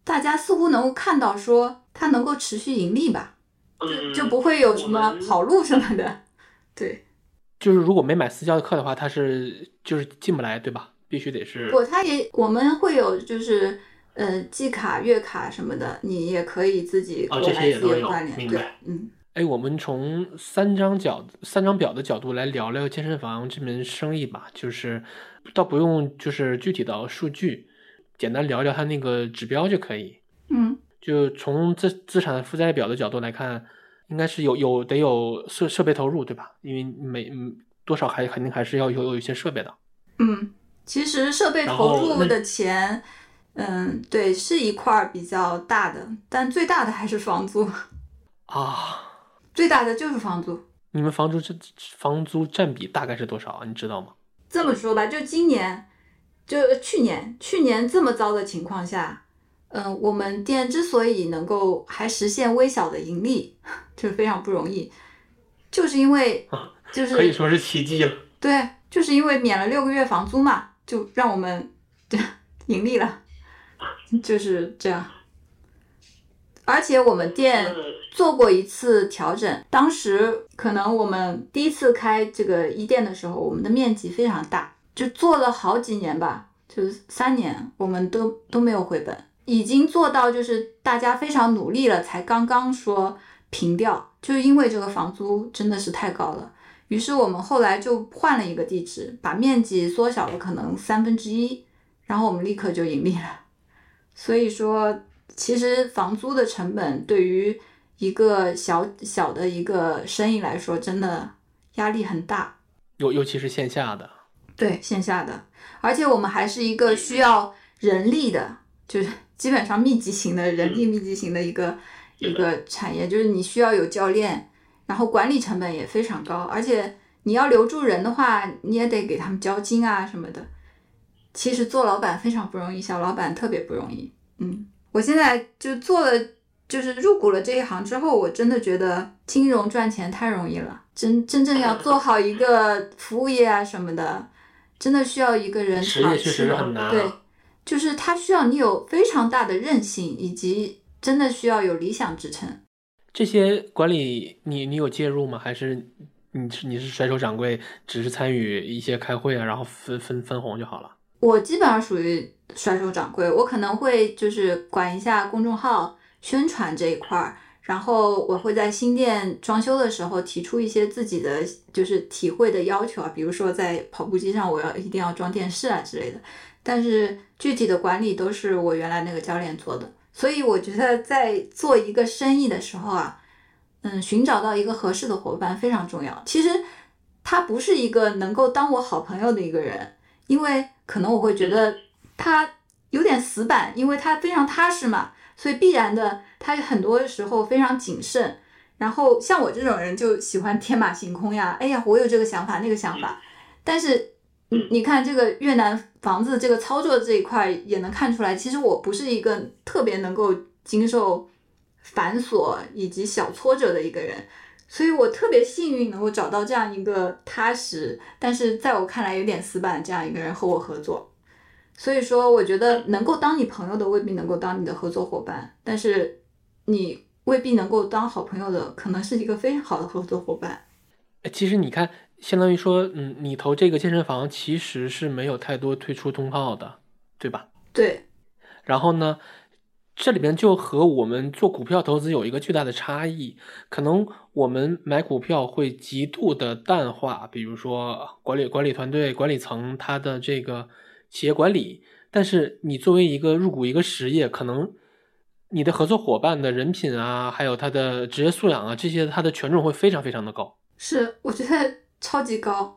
大家似乎能够看到说它能够持续盈利吧，就不会有什么跑路什么的。对， 就是如果没买私教的课的话，它就是进不来，对吧？必须得是。 我们会有就是季卡、月卡什么的，你也可以自己过来这些也都有， 关联。 明白。 对， 我们从三张表的角度来聊聊健身房这门生意吧，就是倒不用就是具体的数据，简单聊聊它那个指标就可以。就从资产负债表的角度来看，应该是得有设备投入，对吧？因为多少肯定还是要有一些设备的。 其实设备投入的钱，对，是一块比较大的，但最大的还是房租啊。 最大的就是房租。 你们房租占比大概是多少啊？你知道吗？ 这么说吧，就今年，就去年这么糟的情况下，我们店之所以能够还实现微小的盈利，就是非常不容易，就是因为就是可以说是奇迹了。 对，就是因为免了6个月房租嘛，就让我们盈利了，就是这样。而且我们店做过一次调整，当时可能我们第一次开这个一店的时候，我们的面积非常大，就做了好几年吧，就是3年，我们都没有回本，已经做到就是大家非常努力了，才刚刚说平掉，就是因为这个房租真的是太高了。于是我们后来就换了一个地址，把面积缩小了可能1/3，然后我们立刻就盈利了。所以说其实房租的成本对于一个小的一个生意来说真的压力很大， 尤其是线下的。 对，线下的，而且我们还是一个需要人力的，就是基本上密集型的人力密集型的一个产业，就是你需要有教练，然后管理成本也非常高，而且你要留住人的话，你也得给他们交金啊什么的。其实做老板非常不容易，小老板特别不容易。我现在就就是入股了这一行之后，我真的觉得金融赚钱太容易了，真正要做好一个服务业啊什么的，真的需要一个人实业确实很难。 对，就是它需要你有非常大的韧性，以及真的需要有理想支撑。 这些管理你有介入吗？还是你是甩手掌柜，只是参与一些开会啊，然后分红就好了？ 我基本上属于甩手掌柜，我可能会就是管一下公众号宣传这一块，然后我会在新店装修的时候提出一些自己的就是体会的要求啊，比如说在跑步机上我一定要装电视啊之类的，但是具体的管理都是我原来那个教练做的。所以我觉得在做一个生意的时候啊，寻找到一个合适的伙伴非常重要。其实他不是一个能够当我好朋友的一个人，因为可能我会觉得他有点死板，因为他非常踏实嘛，所以必然的他很多时候非常谨慎。然后像我这种人就喜欢天马行空呀，哎呀我有这个想法那个想法，但是你看这个越南房子这个操作这一块也能看出来，其实我不是一个特别能够经受繁琐以及小挫折的一个人，所以我特别幸运能够找到这样一个踏实，但是在我看来有点死板这样一个人和我合作。所以说我觉得能够当你朋友的未必能够当你的合作伙伴，但是你未必能够当好朋友的可能是一个非常好的合作伙伴。 其实你看相当于说你投这个健身房其实是没有太多退出通道的，对吧？ 对。 然后呢这里边就和我们做股票投资有一个巨大的差异，可能我们买股票会极度的淡化，比如说管理团队管理层他的这个企业管理，但是你作为一个入股一个实业，可能你的合作伙伴的人品啊，还有他的职业素养啊，这些他的权重会非常非常的高。 是，我觉得超级高。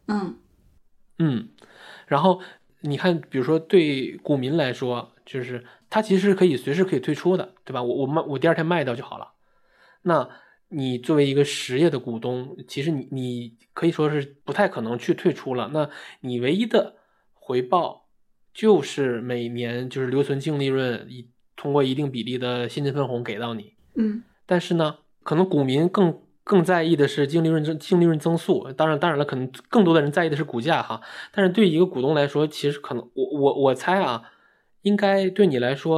然后你看比如说对股民来说，就是他其实随时可以退出的，对吧？我第二天卖掉就好了。那你作为一个实业的股东，其实你可以说是不太可能去退出了。那你唯一的回报就是每年就是留存净利润，通过一定比例的现金分红给到你。但是呢，可能股民更在意的是净利润增速。当然了，可能更多的人在意的是股价哈。但是对于一个股东来说，其实可能我猜啊，应该对你来说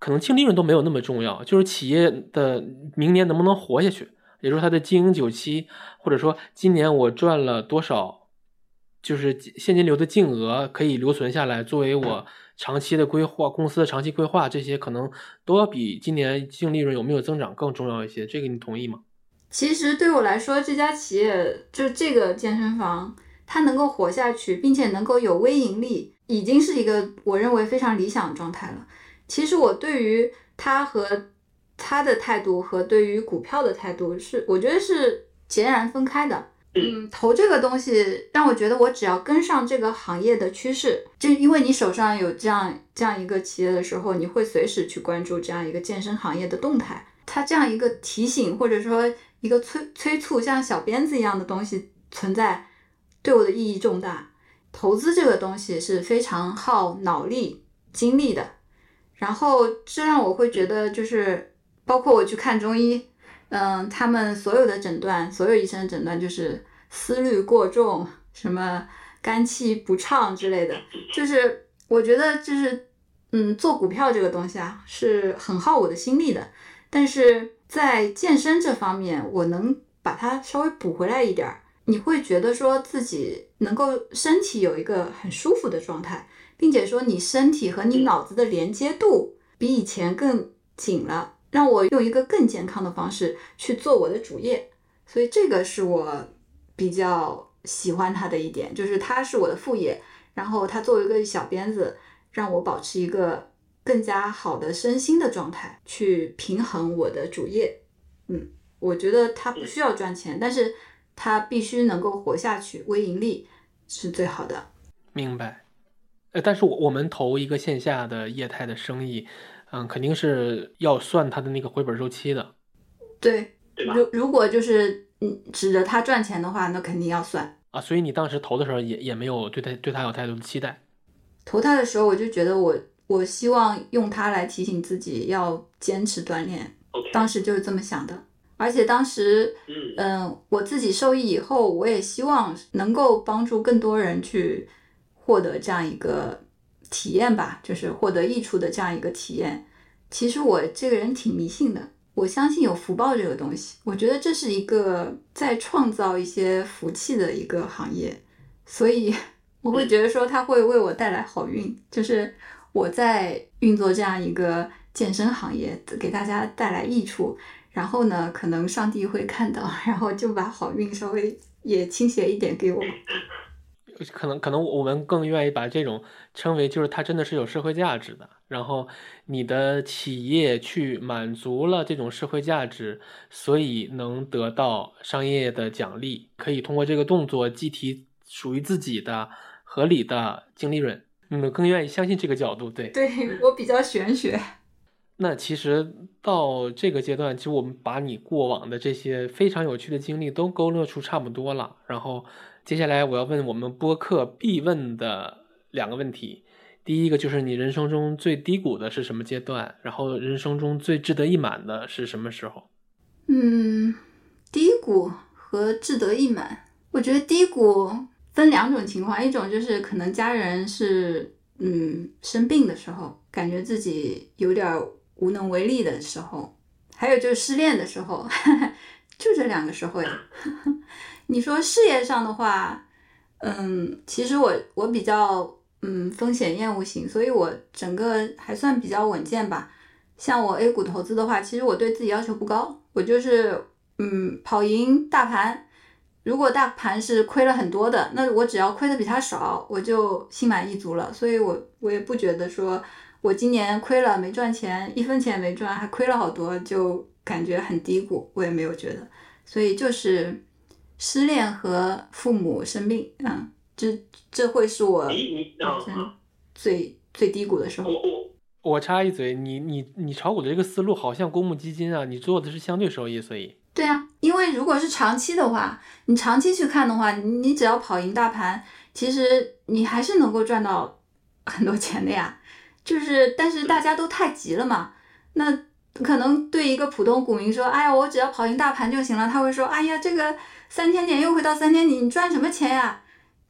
可能净利润都没有那么重要，就是企业的明年能不能活下去，也就是它的经营久期，或者说今年我赚了多少，就是现金流的净额可以留存下来，作为我长期的规划，公司的长期规划，这些可能都要比今年净利润有没有增长更重要一些。这个你同意吗？ 其实对我来说，这家企业就这个健身房，它能够活下去，并且能够有微盈利，已经是一个我认为非常理想的状态了。其实我对于它和他的态度和对于股票的态度是，我觉得是截然分开的。投这个东西让我觉得我只要跟上这个行业的趋势，就因为你手上有这样一个企业的时候，你会随时去关注这样一个健身行业的动态。它这样一个提醒或者说一个催促像小鞭子一样的东西存在，对我的意义重大。投资这个东西是非常耗脑力精力的，然后这让我会觉得就是包括我去看中医，他们所有的诊断，所有医生的诊断就是思虑过重，什么肝气不畅之类的，就是我觉得就是做股票这个东西啊是很耗我的心力的，但是在健身这方面我能把它稍微补回来一点，你会觉得说自己能够身体有一个很舒服的状态，并且说你身体和你脑子的连接度比以前更紧了，让我用一个更健康的方式去做我的主业。所以这个是我比较喜欢它的一点，就是它是我的副业，然后它作为一个小鞭子，让我保持一个更加好的身心的状态，去平衡我的主业。我觉得它不需要赚钱，但是它必须能够活下去，微盈利是最好的。 明白。但是我们投一个线下的业态的生意，肯定是要算它的那个回本周期的。 对，如果就是指着它赚钱的话，那肯定要算啊。所以你当时投的时候也没有对它有太多的期待。 投它的时候，我就觉得我希望用它来提醒自己要坚持锻炼。当时就是这么想的。而且当时我自己受益以后，我也希望能够帮助更多人去获得这样一个体验吧，就是获得益处的这样一个体验。其实我这个人挺迷信的，我相信有福报这个东西，我觉得这是一个在创造一些福气的一个行业，所以我会觉得说它会为我带来好运，就是我在运作这样一个健身行业，给大家带来益处，然后呢可能上帝会看到，然后就把好运稍微也倾斜一点给我。 可能我们更愿意把这种称为就是它真的是有社会价值的，然后你的企业去满足了这种社会价值，所以能得到商业的奖励，可以通过这个动作计提属于自己的合理的净利润。更愿意相信这个角度。对， 我比较玄学。 那其实到这个阶段，其实我们把你过往的这些非常有趣的经历都勾勒出差不多了，然后接下来我要问我们播客必问的2个问题。第一个就是你人生中最低谷的是什么阶段，然后人生中最志得意满的是什么时候？ 低谷和志得意满，我觉得低谷分2种情况，一种就是可能家人是生病的时候，感觉自己有点无能为力的时候，还有就是失恋的时候就这2个时候呀。你说事业上的话，其实我比较风险厌恶型，所以我整个还算比较稳健吧。像我 A 股投资的话，其实我对自己要求不高，我就是跑赢大盘。如果大盘是亏了很多的，那我只要亏的比它少，我就心满意足了。所以我也不觉得说我今年亏了没赚钱，1分钱没赚，还亏了好多，就感觉很低谷，我也没有觉得。所以就是失恋和父母生病这会是我最低谷的时候。 我插一嘴，你炒股的这个思路好像公募基金啊，你做的是相对收益，所以对啊，因为如果是长期的话，你长期去看的话，你只要跑赢大盘，其实你还是能够赚到很多钱的呀。但是大家都太急了嘛，那可能对一个普通股民说，哎呀，我只要跑赢大盘就行了，他会说，哎呀，这个3天点又回到3天底，你赚什么钱呀？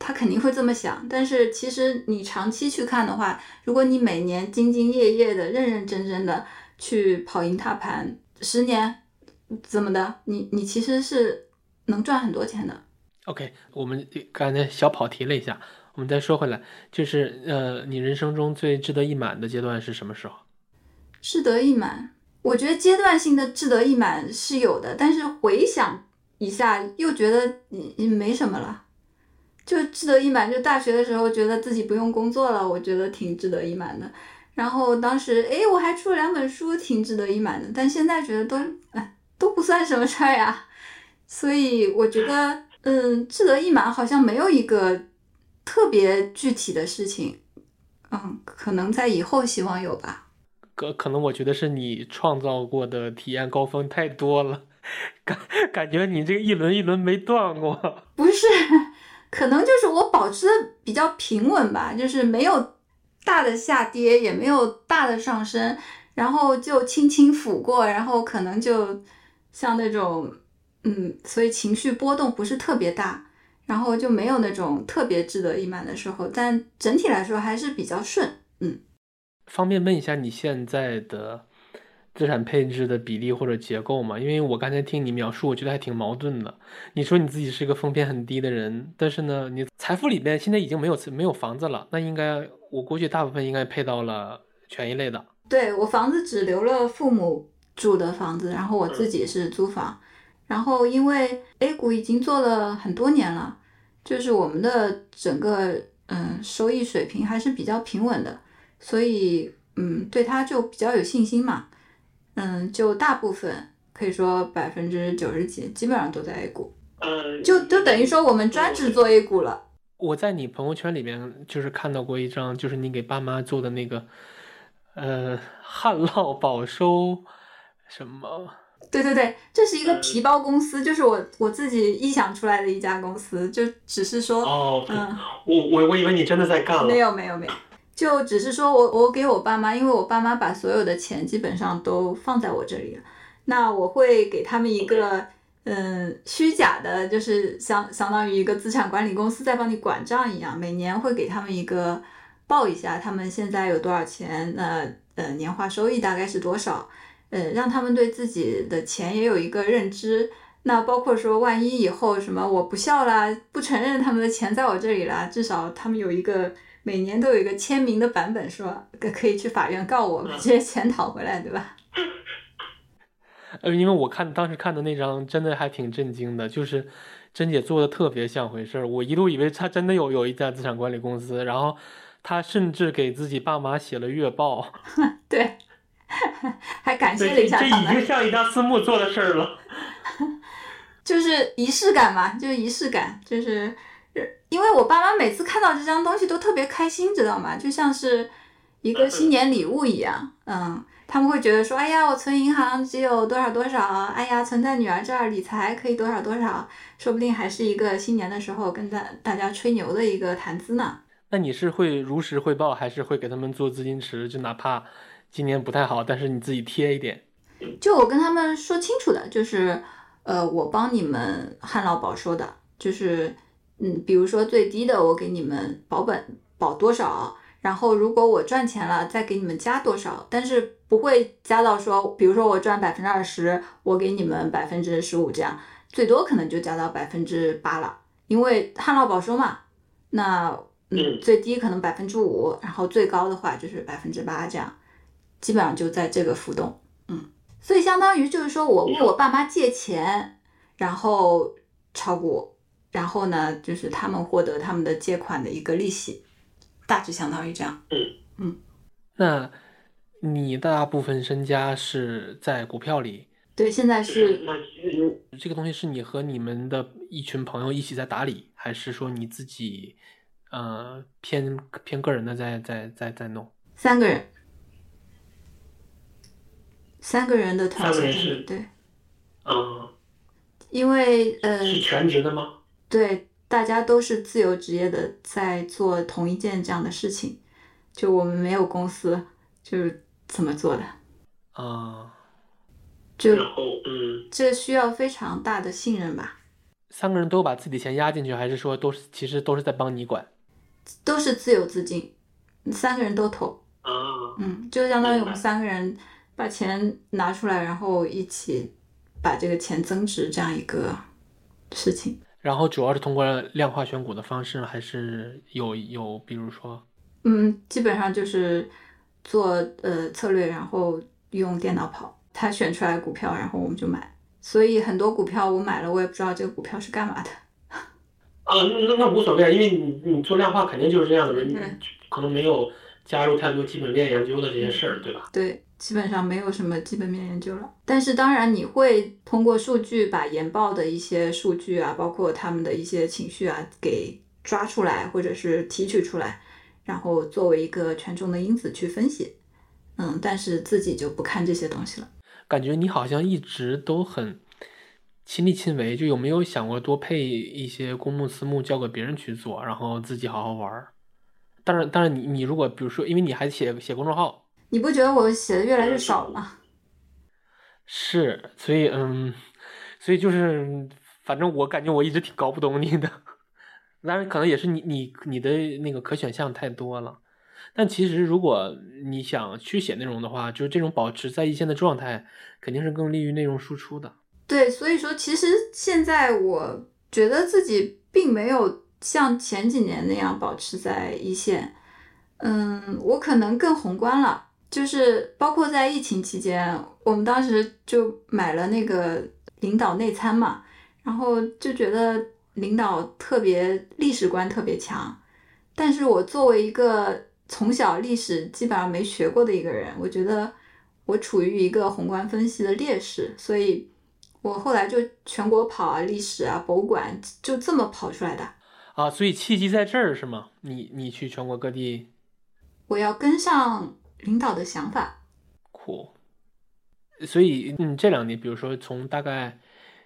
他肯定会这么想，但是其实你长期去看的话，如果你每年兢兢业业的、认认真真的去跑赢踏盘，10年怎么的，你其实是能赚很多钱的。 OK，我们刚才小跑题了一下，我们再说回来，就是你人生中最志得意满的阶段是什么时候？ 志得意满，我觉得阶段性的志得意满是有的，但是回想一下又觉得你没什么了。就志得意满，就大学的时候觉得自己不用工作了，我觉得挺志得意满的。然后当时我还出了2本书，挺志得意满的，但现在觉得都不算什么事儿呀。所以我觉得志得意满好像没有一个特别具体的事情，可能在以后希望有吧。 可能我觉得是你创造过的体验高峰太多了，感觉你这个一轮一轮没断过。 不是，可能就是我保持的比较平稳吧，就是没有大的下跌，也没有大的上升，然后就轻轻抚过，然后可能就像那种所以情绪波动不是特别大，然后就没有那种特别志得意满的时候，但整体来说还是比较顺。 方便问一下你现在的资产配置的比例或者结构吗？因为我刚才听你描述，我觉得还挺矛盾的。你说你自己是一个风险很低的人，但是呢，你财富里面现在已经没有房子了，那应该我估计大部分应该配到了权益类的。 对，我房子只留了父母住的房子，然后我自己是租房。然后因为 A 股已经做了很多年了，就是我们的整个收益水平还是比较平稳的，所以对它就比较有信心嘛。就大部分可以说90%几基本上都在 A 股，就等于说我们专职做 A 股了。 我在你朋友圈里面就是看到过一张，就是你给爸妈做的那个旱涝保收什么。 对对对，这是一个皮包公司，就是我自己臆想出来的一家公司，就只是说， 我以为你真的在干了。 没有，就只是说我给我爸妈，因为我爸妈把所有的钱基本上都放在我这里了，那我会给他们一个虚假的，就是相当于一个资产管理公司在帮你管账一样，每年会给他们一个报一下他们现在有多少钱，年化收益大概是多少。让他们对自己的钱也有一个认知，那包括说万一以后什么我不孝啦，不承认他们的钱在我这里啦，至少他们有一个每年都有一个签名的版本，说可以去法院告我把这些钱讨回来，对吧？ 因为我当时看的那张真的还挺震惊的，就是甄姐做的特别像回事儿，我一度以为她真的有一家资产管理公司，然后她甚至给自己爸妈写了月报。 对。还感谢了一下他们， 这已经像一家私募做的事儿了。 就是仪式感嘛，就是仪式感，就是因为我爸妈每次看到这张东西都特别开心，知道吗？就像是一个新年礼物一样。他们会觉得说，哎呀，我存银行只有多少多少，哎呀，存在女儿这儿理财可以多少多少，说不定还是一个新年的时候跟大家吹牛的一个谈资呢。 那你是会如实汇报，还是会给他们做资金池？就哪怕今年不太好，但是你自己贴一点。 就我跟他们说清楚的，就是我帮你们旱涝保收的，就是比如说最低的我给你们保本保多少，然后如果我赚钱了再给你们加多少，但是不会加到说，比如说我赚20%，我给你们15%这样，最多可能就加到8%了，因为旱涝保收嘛，那最低可能5%，然后最高的话就是8%这样。基本上就在这个浮动，所以相当于就是说我为我爸妈借钱，然后炒股，然后呢，就是他们获得他们的借款的一个利息，大致相当于这样。 那你大部分身家是在股票里？ 对，现在是。 这个东西是你和你们的一群朋友一起在打理，还是说你自己偏个人的在弄 ？3个人。3个人的团队，对，因为是全职的吗？ 对，大家都是自由职业的，在做同一件这样的事情，就我们没有公司，就是这么做的。 然后这需要非常大的信任吧。 3个人都把自己的钱压进去，还是说其实都是在帮你管？ 都是自有资金，3个人都投。就相当于我们3个人把钱拿出来，然后一起把这个钱增值这样一个事情。 然后主要是通过量化选股的方式，还是有比如说？ 基本上就是做策略，然后用电脑跑，他选出来股票，然后我们就买。所以很多股票我买了，我也不知道这个股票是干嘛的。 那无所谓，因为你做量化肯定就是这样的人，你可能没有加入太多基本面研究的这些事儿，对吧？ 对，基本上没有什么基本面研究了。但是当然你会通过数据把研报的一些数据啊，包括他们的一些情绪啊给抓出来，或者是提取出来，然后作为一个权重的因子去分析。但是自己就不看这些东西了。 感觉你好像一直都很亲力亲为，就有没有想过多配一些公募私募交给别人去做，然后自己好好玩？当然你如果比如说，因为你还写公众号， 你不觉得我写的越来越少了吗？ 是，所以就是反正我感觉我一直挺搞不懂你的。当然可能也是你的那个可选项太多了。但其实如果你想去写内容的话，就是这种保持在一线的状态肯定是更利于内容输出的。 对，所以说其实现在我觉得自己并没有像前几年那样保持在一线。我可能更宏观了，就是包括在疫情期间，我们当时就买了那个领导内参嘛，然后就觉得领导特别历史观特别强，但是我作为一个从小历史基本上没学过的一个人，我觉得我处于一个宏观分析的劣势，所以我后来就全国跑啊，历史啊，博物馆就这么跑出来的。 所以契机在这儿是吗？你去全国各地， 我要跟上领导的想法。 酷。所以这2年，比如说从大概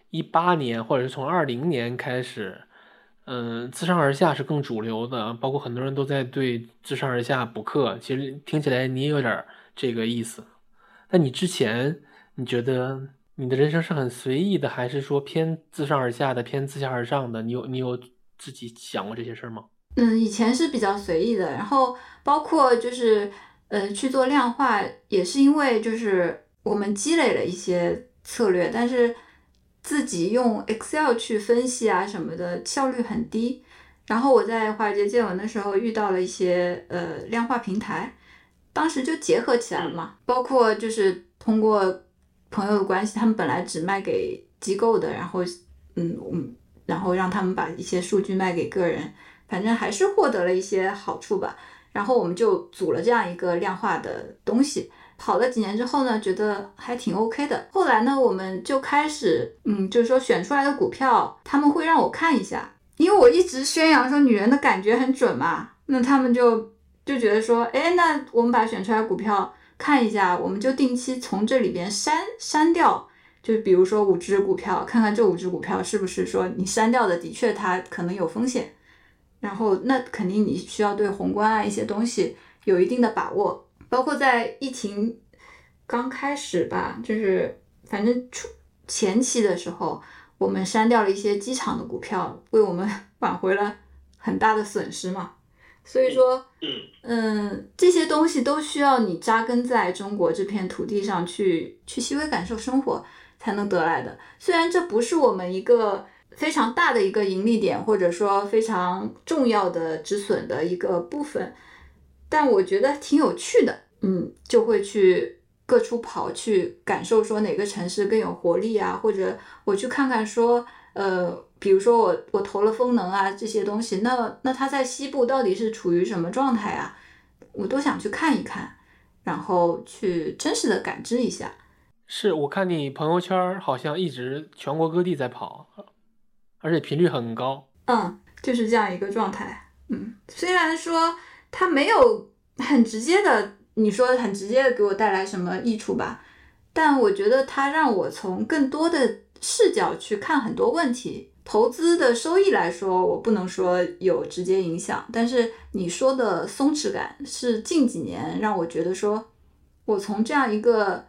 18年或者是从20年开始，自上而下是更主流的，包括很多人都在对自上而下补课。其实听起来你也有点这个意思。但你之前，你觉得你的人生是很随意的，还是说偏自上而下的，偏自下而上的？你有自己想过这些事吗？ 以前是比较随意的，然后包括就是去做量化，也是因为就是我们积累了一些策略，但是自己用 Excel 去分析啊什么的效率很低。然后我在华尔街见闻的时候遇到了一些量化平台，当时就结合起来了嘛，包括就是通过朋友的关系，他们本来只卖给机构的，然后然后让他们把一些数据卖给个人，反正还是获得了一些好处吧。然后我们就组了这样一个量化的东西，跑了几年之后呢，觉得还挺 OK 的。后来呢，我们就开始就是说选出来的股票，他们会让我看一下，因为我一直宣扬说女人的感觉很准嘛，那他们就觉得说，那我们把选出来的股票看一下，我们就定期从这里边删掉。就比如说5只股票，看看这5只股票是不是说你删掉的的确它可能有风险，然后那肯定你需要对宏观啊一些东西有一定的把握。包括在疫情刚开始吧，就是反正前期的时候，我们删掉了一些机场的股票，为我们挽回了很大的损失嘛。所以说这些东西都需要你扎根在中国这片土地上去细微感受生活才能得来的。虽然这不是我们一个非常大的一个盈利点，或者说非常重要的止损的一个部分，但我觉得挺有趣的。就会去各处跑，去感受说哪个城市更有活力啊，或者我去看看说比如说我投了风能啊这些东西，那它在西部到底是处于什么状态啊，我都想去看一看，然后去真实的感知一下。 是，我看你朋友圈好像一直全国各地在跑，而且频率很高。 就是这样一个状态。虽然说它没有很直接的，你说很直接的给我带来什么益处吧，但我觉得它让我从更多的视角去看很多问题。投资的收益来说，我不能说有直接影响，但是你说的松弛感是近几年让我觉得说，我从这样一个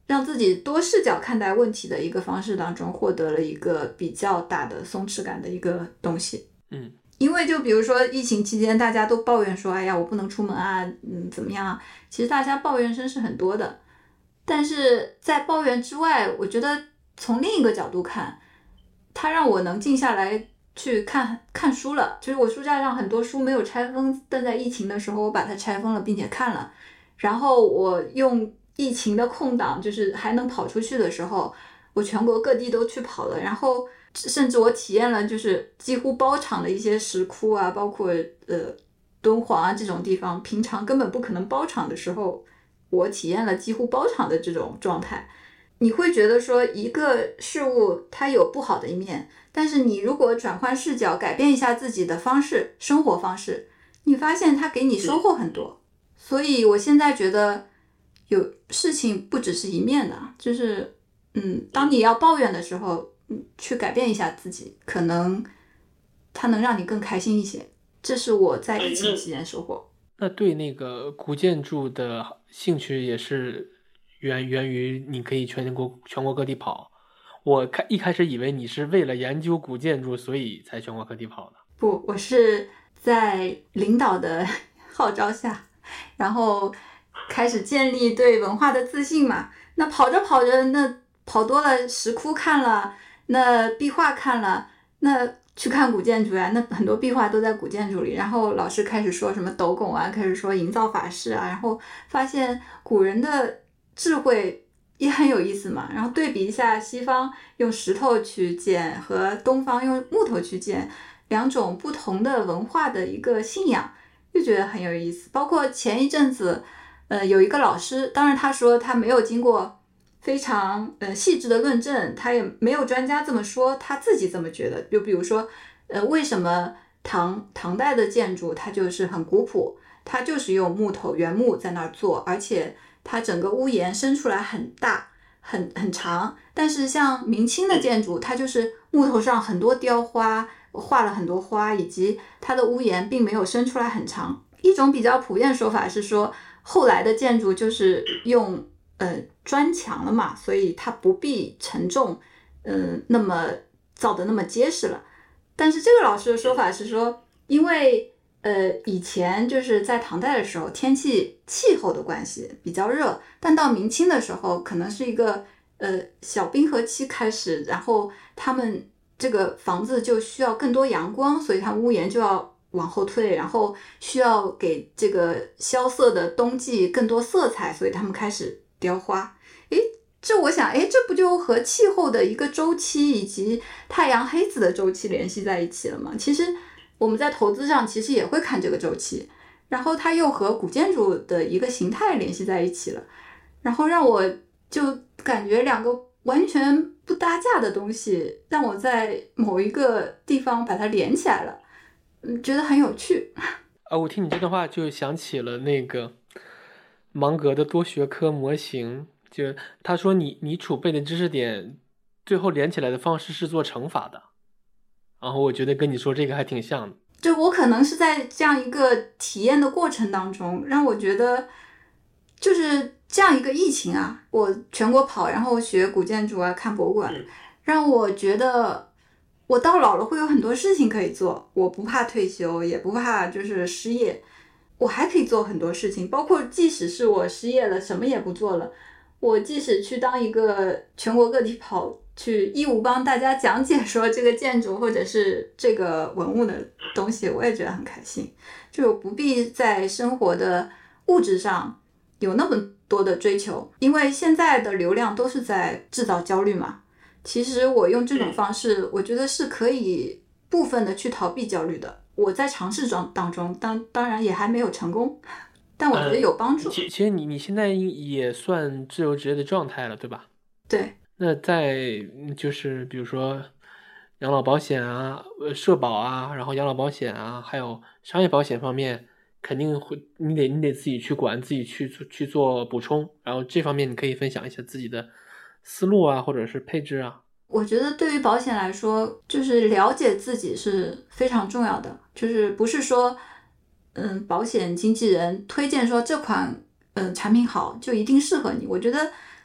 让自己多视角看待问题的一个方式当中，获得了一个比较大的松弛感的一个东西。因为就比如说疫情期间大家都抱怨说，哎呀我不能出门啊，怎么样啊，其实大家抱怨声是很多的，但是在抱怨之外，我觉得从另一个角度看，它让我能静下来去看书了。就是我书架上很多书没有拆封，但在疫情的时候我把它拆封了并且看了，然后我用疫情的空档，就是还能跑出去的时候，我全国各地都去跑了，然后甚至我体验了就是几乎包场的一些石窟啊，包括敦煌啊这种地方，平常根本不可能包场的时候，我体验了几乎包场的这种状态。你会觉得说一个事物它有不好的一面，但是你如果转换视角，改变一下自己的方式，生活方式，你发现它给你收获很多。所以我现在觉得有事情不只是一面的，就是当你要抱怨的时候，去改变一下自己，可能它能让你更开心一些。这是我在疫情期间收获。 那对那个古建筑的兴趣也是源于你可以全国各地跑。我一开始以为你是为了研究古建筑，所以才全国各地跑的。 不，我是在领导的号召下，然后开始建立对文化的自信嘛。那跑着跑着，那跑多了，石窟看了，那壁画看了，那去看古建筑呀，那很多壁画都在古建筑里。然后老师开始说什么斗拱啊，开始说营造法式啊，然后发现古人的智慧也很有意思嘛。然后对比一下西方用石头去建和东方用木头去建，两种不同的文化的一个信仰，就觉得很有意思。包括前一阵子有一个老师，当然他说他没有经过非常细致的论证，他也没有专家这么说，他自己这么觉得。就比如说为什么唐代的建筑它就是很古朴，它就是用木头原木在那儿做，而且它整个屋檐伸出来很大很长。但是像明清的建筑，它就是木头上很多雕花，画了很多花，以及它的屋檐并没有伸出来很长。一种比较普遍的说法是说，后来的建筑就是用砖墙了嘛，所以它不必承重，那么造的那么结实了。但是这个老师的说法是说，因为以前就是在唐代的时候，气候的关系比较热，但到明清的时候，可能是一个小冰河期开始，然后他们这个房子就需要更多阳光，所以它屋檐就要往后退，然后需要给这个萧瑟的冬季更多色彩，所以他们开始雕花。我想这不就和气候的一个周期以及太阳黑子的周期联系在一起了吗？其实我们在投资上其实也会看这个周期，然后它又和古建筑的一个形态联系在一起了，然后让我就感觉两个完全不搭架的东西，让我在某一个地方把它连起来了，觉得很有趣。 我听你这段话就想起了那个芒格的多学科模型，就他说你储备的知识点最后连起来的方式是做乘法的，然后我觉得跟你说这个还挺像的。 就我可能是在这样一个体验的过程当中，让我觉得就是这样一个疫情啊，我全国跑，然后学古建筑啊，看博物馆，让我觉得我到老了会有很多事情可以做，我不怕退休，也不怕就是失业，我还可以做很多事情，包括即使是我失业了，什么也不做了，我即使去当一个全国各地跑，去义务帮大家讲解说这个建筑或者是这个文物的东西，我也觉得很开心。就不必在生活的物质上有那么多的追求，因为现在的流量都是在制造焦虑嘛。其实我用这种方式，我觉得是可以部分的去逃避焦虑的。我在尝试当中，当然也还没有成功，但我觉得有帮助。 其实你现在也算自由职业的状态了，对吧？ 对。 那在就是比如说养老保险啊、社保啊，然后养老保险啊，还有商业保险方面，肯定会你得自己去管，自己去做补充。然后这方面你可以分享一下自己的思路啊，或者是配置啊。 我觉得对于保险来说，就是了解自己是非常重要的，就是不是说保险经纪人推荐说这款产品好就一定适合你。我觉得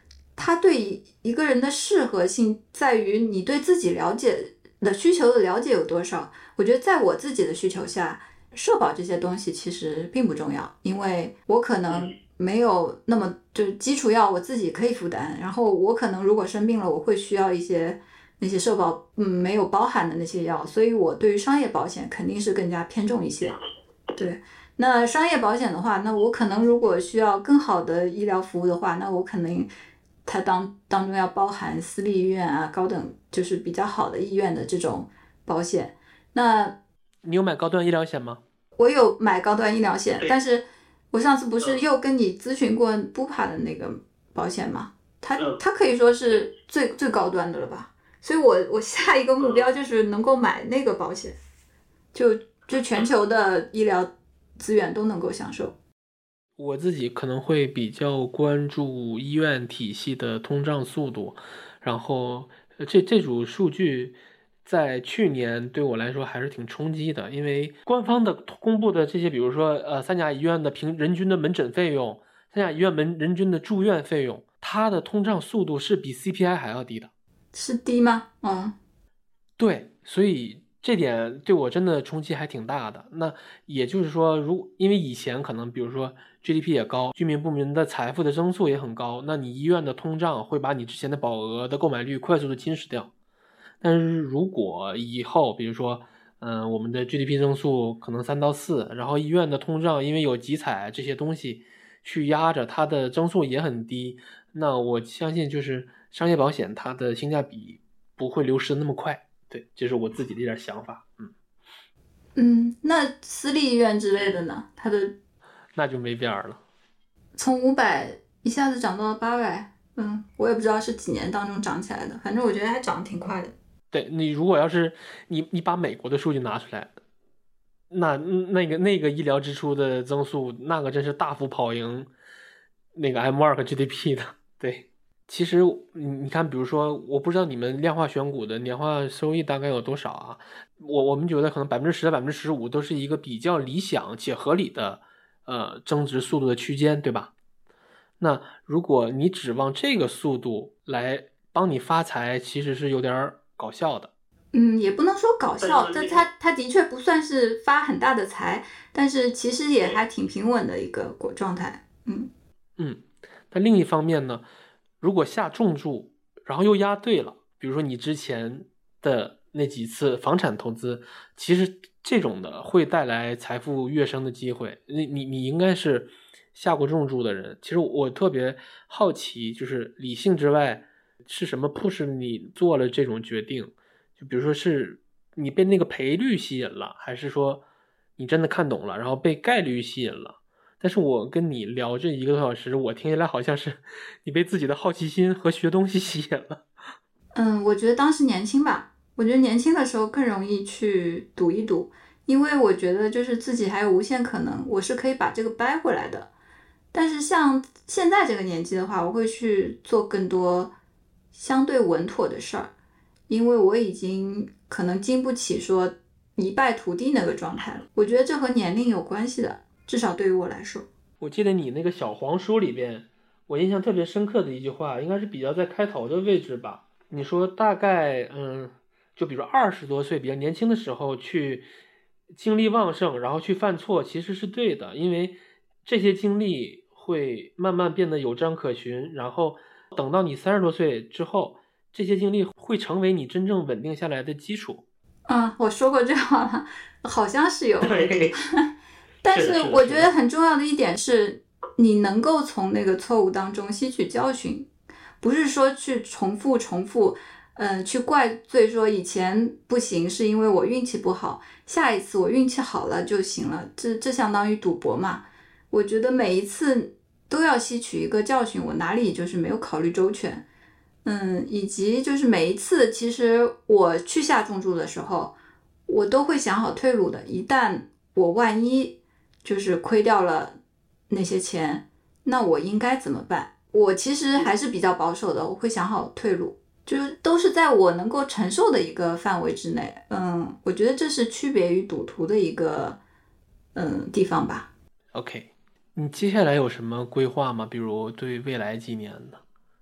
它对一个人的适合性在于你对自己了解的需求的了解有多少。我觉得在我自己的需求下，社保这些东西其实并不重要，因为我可能没有那么就是基础药我自己可以负担，然后我可能如果生病了，我会需要一些那些社保没有包含的那些药，所以我对于商业保险肯定是更加偏重一些。对，那商业保险的话，那我可能如果需要更好的医疗服务的话，那我可能它当中要包含私立医院啊，高等就是比较好的医院的这种保险。那你有买高端医疗险吗？ 我有买高端医疗险，但是我上次不是又跟你咨询过布帕的那个保险吗？它可以说是最高端的了吧？所以我下一个目标就是能够买那个保险，就全球的医疗资源都能够享受。 我自己可能会比较关注医院体系的通胀速度，然后这组数据在去年对我来说还是挺冲击的，因为官方的公布的这些，比如说三甲医院的人均的门诊费用，三甲医院人均的住院费用，它的通胀速度是比 CPI 还要低的。 是低吗？ 对，所以这点对我真的冲击还挺大的。那也就是说，因为以前可能比如说 GDP 也高，居民部门的财富的增速也很高，那你医院的通胀会把你之前的保额的购买力快速的侵蚀掉。但是如果以后比如说我们的 GDP 增速可能3到4，然后医院的通胀因为有集采这些东西去压着，它的增速也很低，那我相信就是商业保险它的性价比不会流失那么快。对，这是我自己的一点想法。 那私立医院之类的呢？它的那就没边儿了， 从500一下子涨到了800，我也不知道是几年当中涨起来的，反正我觉得还涨得挺快的。 对，你如果要是你把美国的数据拿出来，那个医疗支出的增速，那个真是大幅跑赢那个 M2 和 GDP 的。对，其实你看，比如说，我不知道你们量化选股的年化收益大概有多少啊？我们觉得可能10%到15%都是一个比较理想且合理的增值速度的区间，对吧？那如果你指望这个速度来帮你发财，其实是有点搞笑的。 也不能说搞笑，但它的确不算是发很大的财，但是其实也还挺平稳的一个状态。 但另一方面呢，如果下重注，然后又押对了，比如说你之前的那几次房产投资，其实这种的会带来财富跃升的机会。你应该是下过重注的人。其实我特别好奇，就是理性之外是什么push你做了这种决定？就比如说是你被那个赔率吸引了，还是说你真的看懂了，然后被概率吸引了？但是我跟你聊这1个多小时，我听起来好像是你被自己的好奇心和学东西吸引了。 我觉得当时年轻吧，我觉得年轻的时候更容易去赌一赌，因为我觉得就是自己还有无限可能，我是可以把这个掰回来的。但是像现在这个年纪的话，我会去做更多相对稳妥的事儿，因为我已经可能经不起说一败涂地那个状态了。我觉得这和年龄有关系的，至少对于我来说。 我记得你那个小黄书里边，我印象特别深刻的一句话，应该是比较在开头的位置吧。你说大概就比如说20多岁比较年轻的时候去精力旺盛，然后去犯错，其实是对的，因为这些经历会慢慢变得有章可循，然后等到你30多岁之后，这些经历会成为你真正稳定下来的基础。 我说过这话吗？好像是有。 对。 但是我觉得很重要的一点是，你能够从那个错误当中吸取教训，不是说去重复，去怪罪说以前不行是因为我运气不好，下一次我运气好了就行了，这相当于赌博嘛。我觉得每一次都要吸取一个教训，我哪里就是没有考虑周全，以及就是每一次其实我去下重注的时候，我都会想好退路的，一旦我万一就是亏掉了那些钱，那我应该怎么办？我其实还是比较保守的，我会想好退路，就是都是在我能够承受的一个范围之内。我觉得这是区别于赌徒的一个地方吧。 OK，你接下来有什么规划吗？比如对未来几年的？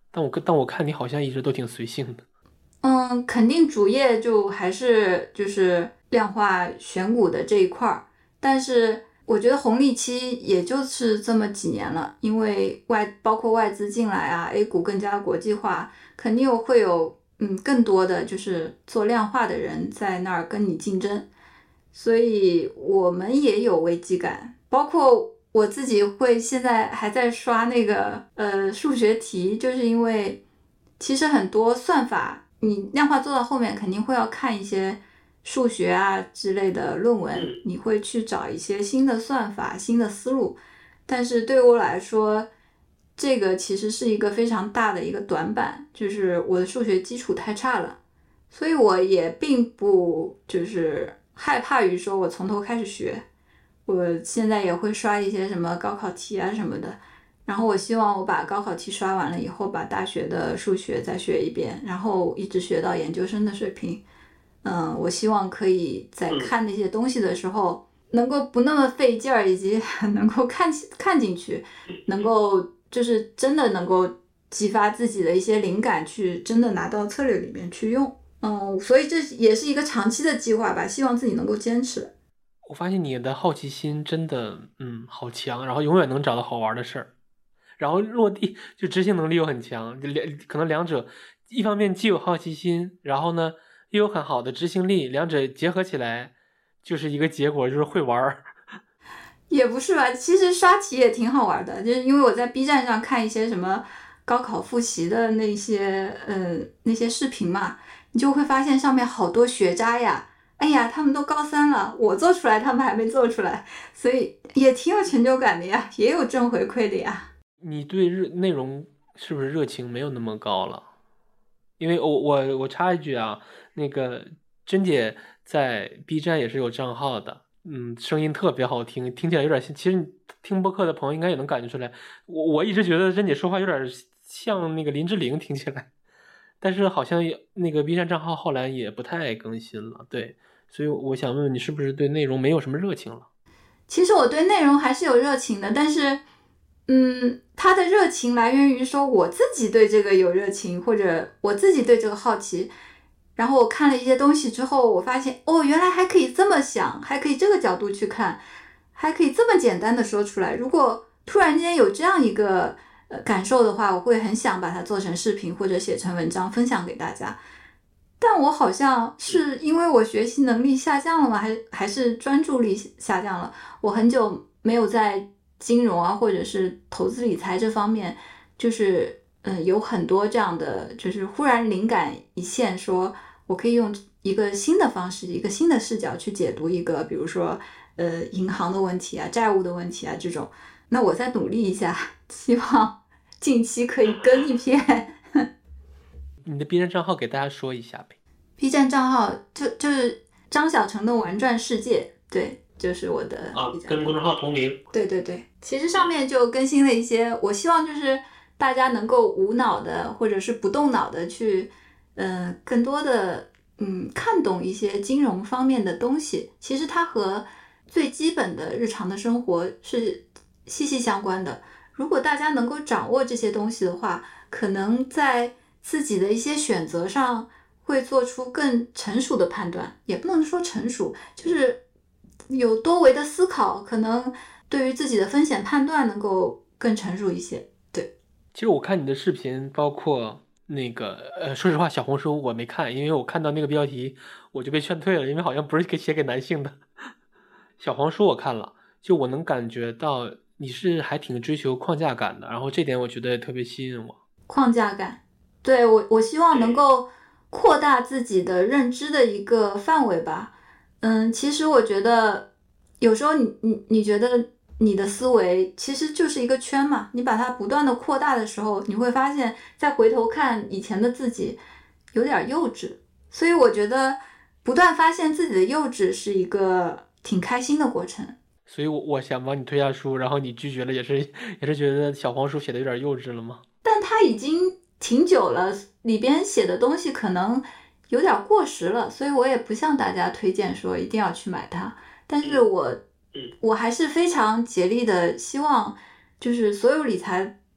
但我看你好像一直都挺随性的。 肯定主业就还是就是量化选股的这一块儿，但是我觉得红利期也就是这么几年了，因为包括外资进来啊 ，A 股更加国际化，肯定会有更多的就是做量化的人在那儿跟你竞争，所以我们也有危机感，包括我自己会现在还在刷那个数学题，就是因为其实很多算法你量化做到后面肯定会要看一些数学啊之类的论文，你会去找一些新的算法、新的思路，但是对我来说，这个其实是一个非常大的一个短板，就是我的数学基础太差了，所以我也并不就是害怕于说我从头开始学，我现在也会刷一些什么高考题啊什么的，然后我希望我把高考题刷完了以后，把大学的数学再学一遍，然后一直学到研究生的水平。我希望可以在看那些东西的时候，能够不那么费劲儿，以及能够看进去，能够就是真的能够激发自己的一些灵感，去真的拿到策略里面去用。所以这也是一个长期的计划吧，希望自己能够坚持。 我发现你的好奇心真的好强，然后永远能找到好玩的事儿，然后落地就执行能力又很强，可能两者一方面既有好奇心，然后呢又有很好的执行力，两者结合起来就是一个结果，就是会玩儿。 也不是吧，其实刷题也挺好玩的，就是因为我在 B 站上看一些什么高考复习的那些视频嘛，你就会发现上面好多学渣呀，哎呀，他们都高3了，我做出来，他们还没做出来，所以也挺有成就感的呀，也有正回馈的呀。 你对内容是不是热情没有那么高了？因为我插一句啊，那个珍姐在 B 站也是有账号的，声音特别好听，听起来有点像，其实你听播客的朋友应该也能感觉出来，我一直觉得珍姐说话有点像那个林志玲，听起来，但是好像那个 B 站账号后来也不太更新了，对，所以我想问问你是不是对内容没有什么热情了？ 其实我对内容还是有热情的，但是他的热情来源于说我自己对这个有热情，或者我自己对这个好奇。然后我看了一些东西之后，我发现原来还可以这么想，还可以这个角度去看，还可以这么简单的说出来。如果突然间有这样一个感受的话，我会很想把它做成视频或者写成文章分享给大家。但我好像是因为我学习能力下降了吗？还是专注力下降了？我很久没有在金融啊，或者是投资理财这方面，就是有很多这样的，就是忽然灵感一现，说我可以用一个新的方式，一个新的视角去解读一个，比如说银行的问题啊、债务的问题啊这种。那我再努力一下，希望近期可以更一篇。 你的 B 站账号给大家说一下呗。 B 站账号就是张小成的玩转世界，对，就是我的 B 站跟公众号同名。 对对对，其实上面就更新了一些，我希望就是大家能够无脑的或者是不动脑的去，更多的看懂一些金融方面的东西。其实它和最基本的日常的生活是息息相关的。如果大家能够掌握这些东西的话，可能在自己的一些选择上会做出更成熟的判断，也不能说成熟，就是有多维的思考，可能对于自己的风险判断能够更成熟一些。对， 其实我看你的视频，包括那个说实话，小红书我没看，因为我看到那个标题我就被劝退了，因为好像不是写给男性的。小黄书我看了，就我能感觉到你是还挺追求框架感的，然后这点我觉得特别吸引我。 框架感，对，我希望能够扩大自己的认知的一个范围吧。其实我觉得有时候你觉得你的思维其实就是一个圈嘛，你把它不断的扩大的时候，你会发现再回头看以前的自己有点幼稚，所以我觉得不断发现自己的幼稚是一个挺开心的过程。 所以我想帮你推下书，然后你拒绝了，也是觉得小黄书写的有点幼稚了吗？ 但它已经挺久了，里边写的东西可能有点过时了，所以我也不向大家推荐说一定要去买它。但是我还是非常竭力的希望，就是所有理财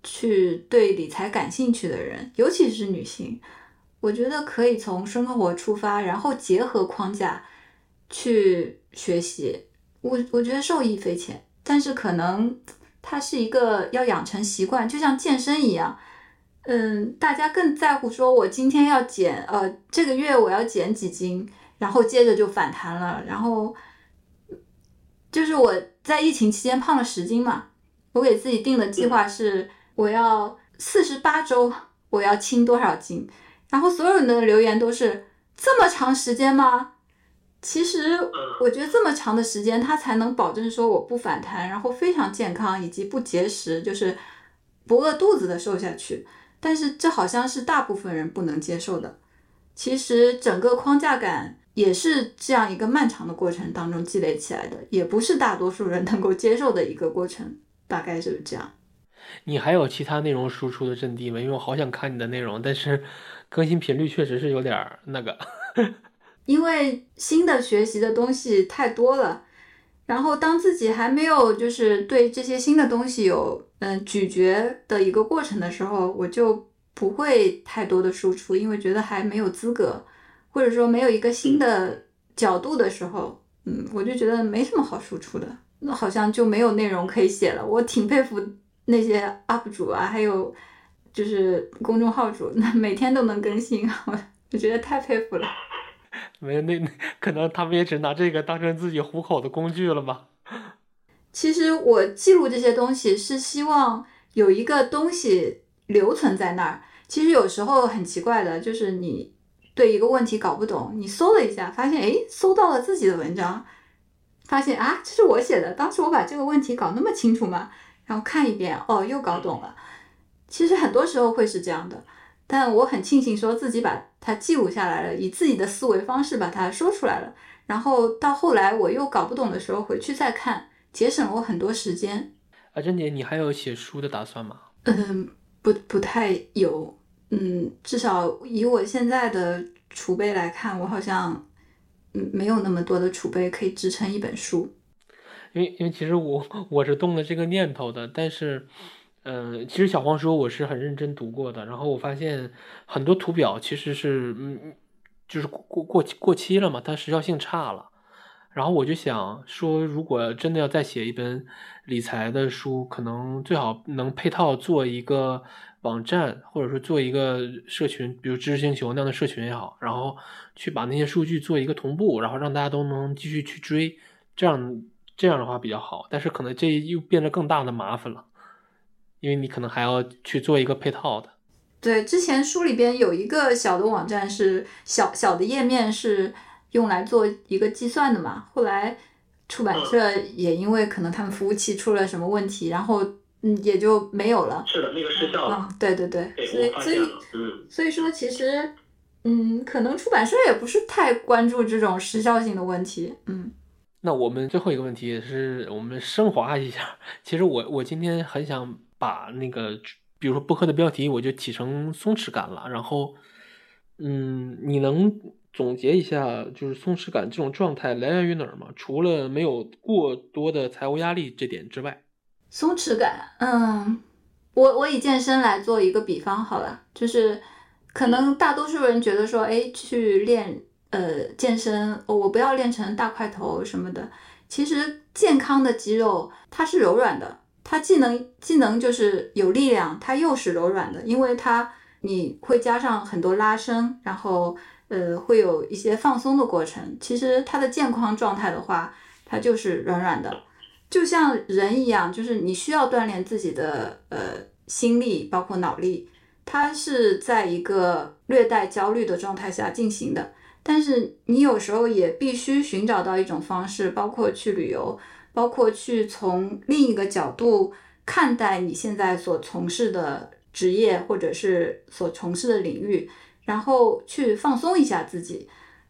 去对理财感兴趣的人，尤其是女性，我觉得可以从生活出发，然后结合框架去学习，我觉得受益匪浅。但是可能它是一个要养成习惯，就像健身一样，大家更在乎说我今天要减，这个月我要减几斤，然后接着就反弹了。然后就是我在疫情期间胖了10斤嘛，我给自己定的计划是我要48周我要轻多少斤，然后所有人的留言都是这么长时间吗？其实我觉得这么长的时间它才能保证说我不反弹，然后非常健康以及不节食，就是不饿肚子的瘦下去。但是这好像是大部分人不能接受的。其实整个框架感也是这样一个漫长的过程当中积累起来的，也不是大多数人能够接受的一个过程，大概是这样。 你还有其他内容输出的阵地吗？因为我好想看你的内容，但是更新频率确实是有点那个。 因为新的学习的东西太多了，然后当自己还没有就是对这些新的东西有咀嚼的一个过程的时候，我就不会太多的输出，因为觉得还没有资格，或者说没有一个新的角度的时候，我就觉得没什么好输出的，那好像就没有内容可以写了。我挺佩服那些 UP 主啊，还有就是公众号主，那每天都能更新，我觉得太佩服了。 没有可能他们也只拿这个当成自己糊口的工具了吧。 其实我记录这些东西是希望有一个东西留存在那儿。其实有时候很奇怪的，就是你对一个问题搞不懂，你搜了一下，发现搜到了自己的文章，发现啊，这是我写的，当时我把这个问题搞那么清楚吗？然后看一遍，又搞懂了。其实很多时候会是这样的，但我很庆幸说自己把它记录下来了，以自己的思维方式把它说出来了，然后到后来我又搞不懂的时候回去再看，节省了我很多时间。 珍姐，你还有写书的打算吗？ 不太有，至少以我现在的储备来看，我好像没有那么多的储备可以支撑一本书。 因为其实我是动了这个念头的，但是其实小黄书我是很认真读过的，然后我发现很多图表其实是就是过期了嘛，它时效性差了。然后我就想说，如果真的要再写一本理财的书，可能最好能配套做一个网站，或者说做一个社群，比如知识星球那样的社群也好，然后去把那些数据做一个同步，然后让大家都能继续去追，这样的话比较好。但是可能这又变得更大的麻烦了，因为你可能还要去做一个配套的。 对，之前书里边有一个小的网站是小的页面是用来做一个计算的嘛，后来出版社也因为可能他们服务器出了什么问题，然后也就没有了。 是的，那个失效了。 对，所以说其实可能出版社也不是太关注这种时效性的问题。 那我们最后一个问题也是我们升华一下，其实我今天很想把那个比如说播客的标题我就起成松弛感了，然后你能总结一下就是松弛感这种状态来源于哪儿吗？除了没有过多的财务压力这点之外。 松弛感，我以健身来做一个比方好了，就是可能大多数人觉得说去练健身，我不要练成大块头什么的。其实健康的肌肉它是柔软的，它既能就是有力量，它又是柔软的，因为你会加上很多拉伸，然后会有一些放松的过程。其实它的健康状态的话，它就是软软的，就像人一样，就是你需要锻炼自己的心力，包括脑力，它是在一个略带焦虑的状态下进行的。但是你有时候也必须寻找到一种方式，包括去旅游，包括去从另一个角度看待你现在所从事的职业或者是所从事的领域，然后去放松一下自己，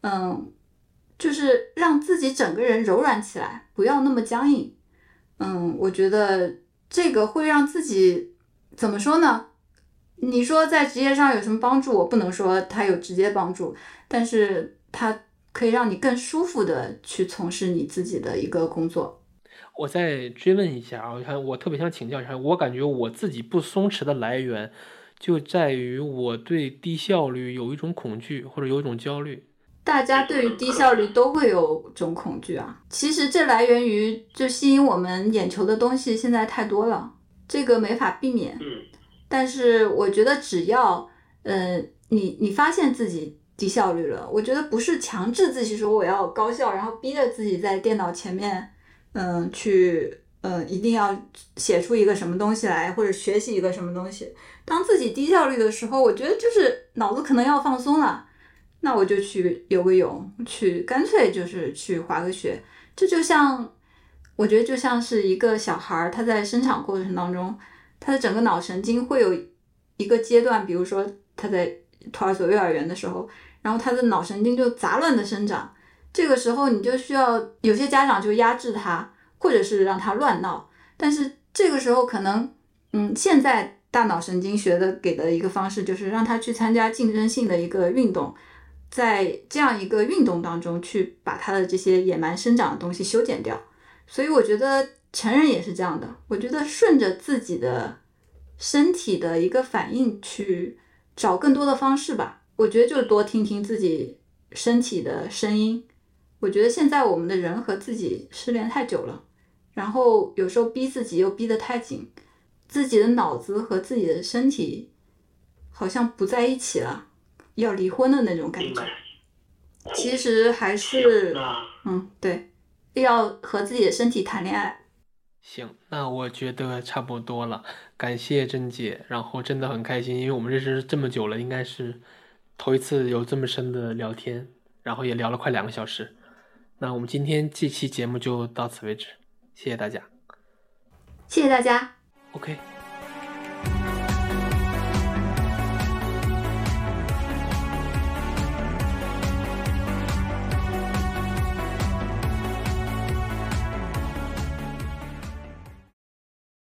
就是让自己整个人柔软起来，不要那么僵硬。我觉得这个会让自己怎么说呢？你说在职业上有什么帮助？我不能说它有直接帮助，但是它可以让你更舒服的去从事你自己的一个工作。 我再追问一下啊，我特别想请教一下，我感觉我自己不松弛的来源就在于我对低效率有一种恐惧或者有一种焦虑。 大家对于低效率都会有种恐惧啊，其实这来源于就吸引我们眼球的东西现在太多了，这个没法避免。但是我觉得只要你发现自己低效率了，我觉得不是强制自己说我要高效，然后逼着自己在电脑前面去一定要写出一个什么东西来，或者学习一个什么东西。当自己低效率的时候，我觉得就是脑子可能要放松了，那我就去游个泳，干脆就是去滑个雪。这就像我觉得就像是一个小孩他在生长过程当中，他的整个脑神经会有一个阶段，比如说他在托儿所幼儿园的时候，然后他的脑神经就杂乱的生长，这个时候你就需要有些家长就压制他，或者是让他乱闹。但是这个时候可能现在大脑神经学的给的一个方式就是让他去参加竞争性的一个运动，在这样一个运动当中去把他的这些野蛮生长的东西修剪掉。所以我觉得成人也是这样的，我觉得顺着自己的身体的一个反应去找更多的方式吧。我觉得就多听听自己身体的声音。我觉得现在我们的人和自己失联太久了，然后有时候逼自己又逼得太紧，自己的脑子和自己的身体好像不在一起了，要离婚的那种感觉。其实还是对，要和自己的身体谈恋爱。 行，那我觉得差不多了，感谢甄姐，然后真的很开心，因为我们认识这么久了，应该是头一次有这么深的聊天，然后也聊了快2个小时。那我们今天这期节目就到此为止，谢谢大家。 谢谢大家。 OK。